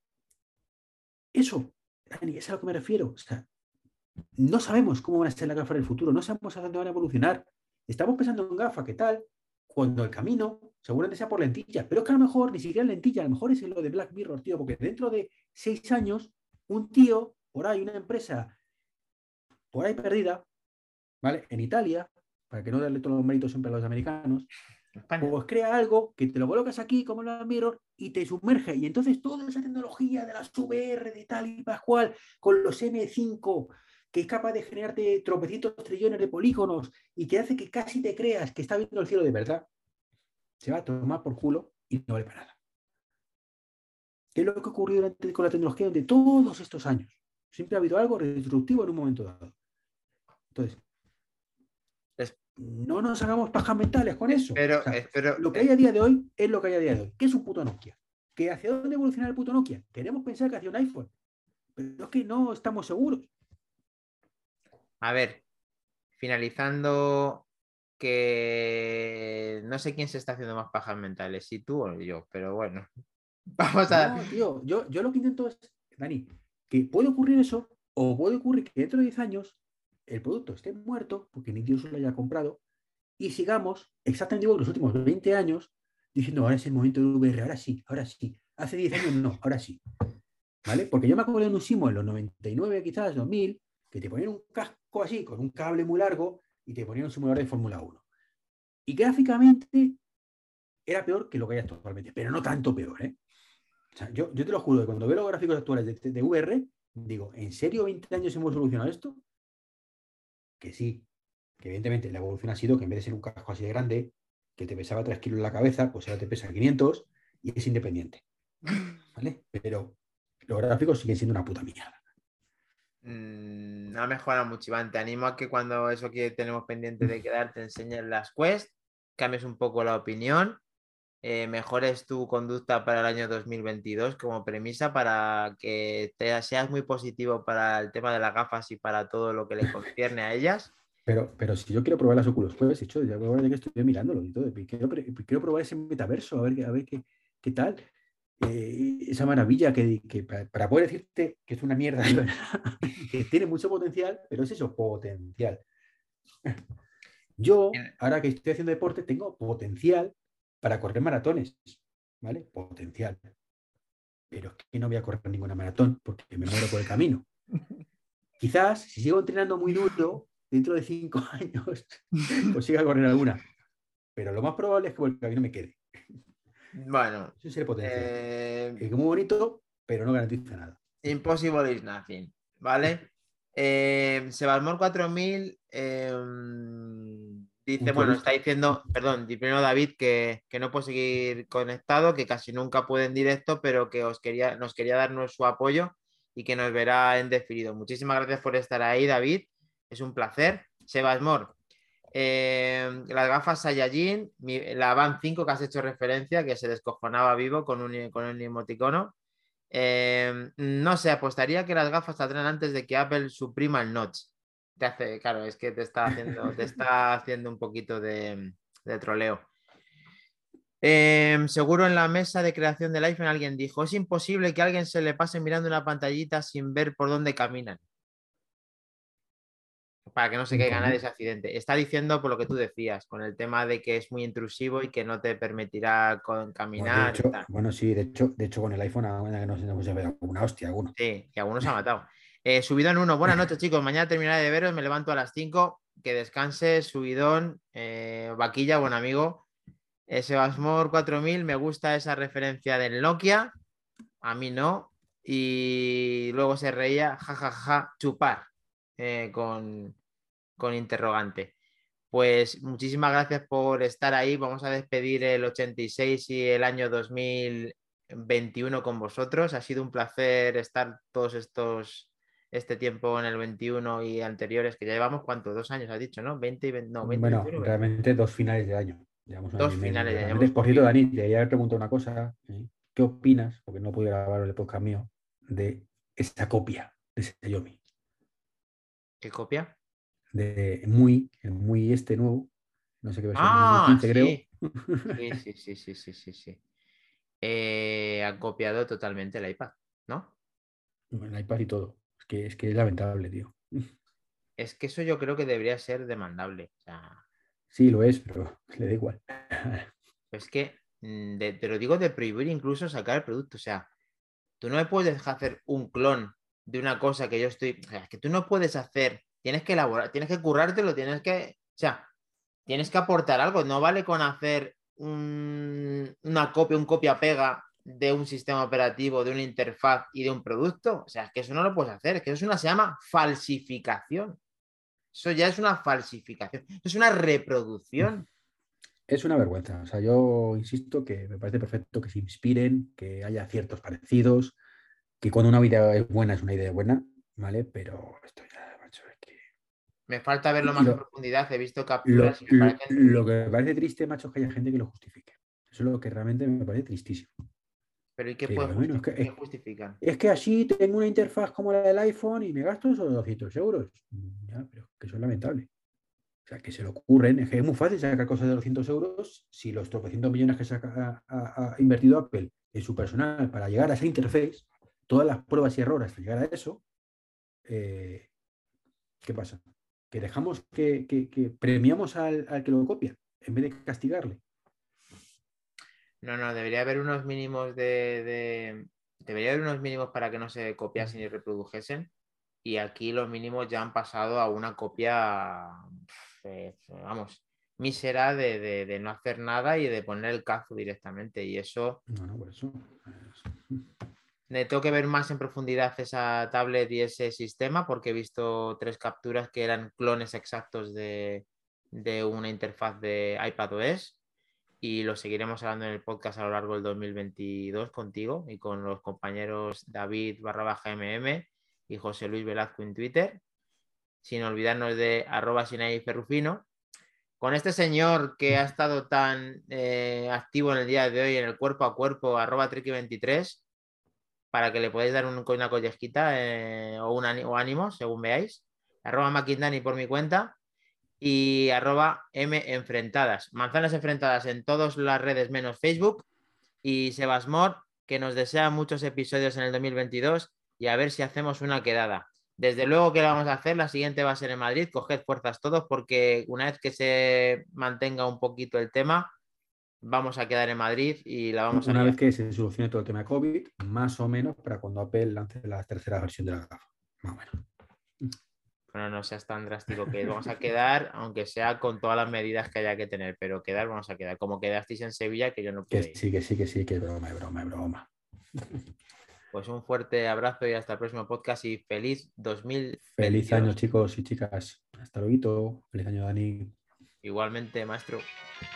eso, Dani, es a lo que me refiero. O sea, no sabemos cómo van a ser las gafas del futuro, no sabemos a dónde van a evolucionar. Estamos pensando en gafas, ¿qué tal? Cuando el camino seguramente sea por lentillas, pero es que a lo mejor ni siquiera lentillas, a lo mejor es lo de Black Mirror, tío, porque dentro de 6 años, un tío, por ahí, una empresa, por ahí perdida, ¿vale? En Italia, para que no darle todos los méritos siempre a los americanos, España. pues crea algo que te lo colocas aquí como Black Mirror y te sumerge. Y entonces toda esa tecnología de las VR, de tal y pascual, con los M5, que es capaz de generarte tropecientos trillones de polígonos y que hace que casi te creas que está viendo el cielo de verdad, se va a tomar por culo y no vale para nada. ¿Qué es lo que ha ocurrido con la tecnología durante todos estos años? Siempre ha habido algo disruptivo en un momento dado. Entonces, Es- no nos hagamos pajas mentales con eso. O sea, espero, lo que hay a día de hoy es lo que hay a día de hoy. ¿Qué es un puto Nokia? ¿Que hacia dónde evoluciona el puto Nokia? Queremos pensar que hacia un iPhone, pero es que no estamos seguros. a ver, finalizando, que no sé quién se está haciendo más pajas mentales, si tú o yo, pero bueno, vamos a... No, tío, yo lo que intento es, Dani, que puede ocurrir eso, o puede ocurrir que dentro de 10 años el producto esté muerto, porque ni Dios lo haya comprado, y sigamos exactamente igual que los últimos 20 años, diciendo, ahora es el momento de VR, ahora sí, ahora sí. Hace 10 años no, ahora sí. ¿Vale? Porque yo me acuerdo de un Simo en los 99, quizás 2000, que te ponían un casco así, con un cable muy largo, y te ponían un simulador de Fórmula 1. Y gráficamente era peor que lo que hay actualmente, pero no tanto peor, ¿eh? O sea, yo te lo juro que cuando veo los gráficos actuales de VR, digo, ¿en serio 20 años hemos solucionado esto? Que sí, que evidentemente la evolución ha sido que en vez de ser un casco así de grande, que te pesaba 3 kilos en la cabeza, pues ahora te pesa 500 y es independiente. ¿Vale? Pero los gráficos siguen siendo una puta mierda. ha mejorado mucho, Iván. Te animo a que cuando eso que tenemos pendiente de quedar te enseñes las Quest, cambies un poco la opinión mejores tu conducta para el año 2022 como premisa para que seas muy positivo para el tema de las gafas y para todo lo que le concierne a ellas. Pero si yo quiero probar las Oculus Quest, hecho, ya ahora que estoy mirándolo y todo, y quiero probar ese metaverso, a ver qué tal. Esa maravilla que para poder decirte que es una mierda, de verdad, que tiene mucho potencial, pero es eso, potencial. Yo, ahora que estoy haciendo deporte, tengo potencial para correr maratones, ¿vale? Potencial. Pero es que no voy a correr ninguna maratón porque me muero por el camino. Quizás, si sigo entrenando muy duro, dentro de 5 años consiga correr alguna. Pero lo más probable es que por el camino me quede. Bueno, Eso es el potencial. Es muy bonito, pero no garantiza nada. impossible is nothing, ¿vale? Sebasmor 4000 dice, bueno, está diciendo, perdón, primero David que no puede seguir conectado, que casi nunca puede en directo, pero que nos quería darnos su apoyo y que nos verá en diferido. Muchísimas gracias por estar ahí, David. Es un placer. Sebasmor, las gafas Saiyajin, la Van 5 que has hecho referencia, que se descojonaba vivo con un emoticono. No sé, apostaría que las gafas saldrán antes de que Apple suprima el notch. Claro, es que te está haciendo un poquito de troleo. Seguro en la mesa de creación del iPhone alguien dijo, es imposible que a alguien se le pase mirando una pantallita sin ver por dónde caminan. Para que no se caiga nadie ese accidente. Está diciendo por lo que tú decías, con el tema de que es muy intrusivo y que no te permitirá caminar. Bueno, sí, de hecho con el iPhone no se ve alguna hostia, alguno. Sí, y alguno se ha matado. Subidón 1, buenas noches chicos, mañana terminaré de veros, me levanto a las 5, que descanse, Subidón, Vaquilla, buen amigo. Sebasmor 4000, me gusta esa referencia del Nokia, a mí no, y luego se reía, jajaja, chupar, con interrogante. Pues muchísimas gracias por estar ahí, vamos a despedir el 86 y el año 2021 con vosotros, ha sido un placer estar este tiempo en el 21 y anteriores, que ya llevamos, ¿cuánto? 2 años, has dicho, ¿no? 20 y 20, no, 20 bueno, 21, realmente 2 finales de año. Llevamos un dos año y medio. finales, ya Realmente, hemos por cierto, cogido. Dani, te había preguntado una cosa. ¿Qué opinas? Porque no pude grabar el podcast mío de esta copia de Xiaomi. ¿Qué copia? De el muy este nuevo. No sé qué versión, el muy Ah, 15 creo. sí. Sí. Han copiado totalmente el iPad, ¿no? El iPad y todo. Es que es lamentable, tío. Es que eso yo creo que debería ser demandable. O sea, Sí, lo es, pero le da igual. es que te lo digo de prohibir incluso sacar el producto. O sea, tú no me puedes dejar hacer un clon de una cosa que yo estoy. O sea, es que tú no puedes hacer. Tienes que elaborar, tienes que currártelo, tienes que. O sea, tienes que aportar algo. No vale con hacer una copia, un copia-pega de un sistema operativo, de una interfaz y de un producto. O sea, es que eso no lo puedes hacer. Es que eso se llama falsificación. Eso ya es una falsificación. Eso es una reproducción. Es una vergüenza. O sea, yo insisto que me parece perfecto que se inspiren, que haya ciertos parecidos, que cuando una idea es buena, es una idea buena, ¿vale? Pero esto ya, macho, es que. Me falta verlo Y más en profundidad. He visto capturas lo, y me parecen. lo que me parece triste, macho, es que haya gente que lo justifique. Eso es lo que realmente me parece tristísimo. Pero ¿y qué Que puede diga, bueno, qué justifican? es que así tengo una interfaz como la del iPhone y me gasto solo 200 euros. Ya, pero que eso es lamentable. O sea, que se le ocurren. Es que es muy fácil sacar cosas de 200 euros si los 300 millones que ha invertido Apple en su personal para llegar a esa interface, todas las pruebas y errores para llegar a eso, ¿qué pasa? Que dejamos que premiamos al que lo copia en vez de castigarle. No, debería haber unos mínimos Debería haber unos mínimos para que no se copiasen y reprodujesen. Y aquí los mínimos ya han pasado a una copia, vamos, mísera de no hacer nada y de poner el cazo directamente. Y eso. No, por eso. Tengo que ver más en profundidad esa tablet y ese sistema porque he visto 3 capturas que eran clones exactos de una interfaz de iPadOS y lo seguiremos hablando en el podcast a lo largo del 2022 contigo y con los compañeros David _MM y José Luis Velazco en Twitter, sin olvidarnos de @SinaiFerrufino. con este señor que ha estado tan activo en el día de hoy en el cuerpo a cuerpo, @Treki23, para que le podáis dar una collejita o ánimo, según veáis. @Makindani por mi cuenta y @menfrentadas. Manzanas enfrentadas en todas las redes menos Facebook. Y Sebasmor, que nos desea muchos episodios en el 2022 y a ver si hacemos una quedada. Desde luego que la vamos a hacer, la siguiente va a ser en Madrid, coged fuerzas todos porque una vez que se mantenga un poquito el tema, vamos a quedar en Madrid y la vamos a Una liar. vez que se solucione todo el tema de COVID, más o menos para cuando Apple lance la tercera versión de la gafa. Más o menos. Bueno, no seas tan drástico que vamos a quedar, aunque sea con todas las medidas que haya que tener, pero quedar vamos a quedar. Como quedasteis en Sevilla, que yo no pude ir. Que sí, que es broma, es broma, es broma. Pues un fuerte abrazo y hasta el próximo podcast y feliz 2022. Feliz año, chicos y chicas. Hasta luego. Feliz año, Dani. Igualmente, maestro.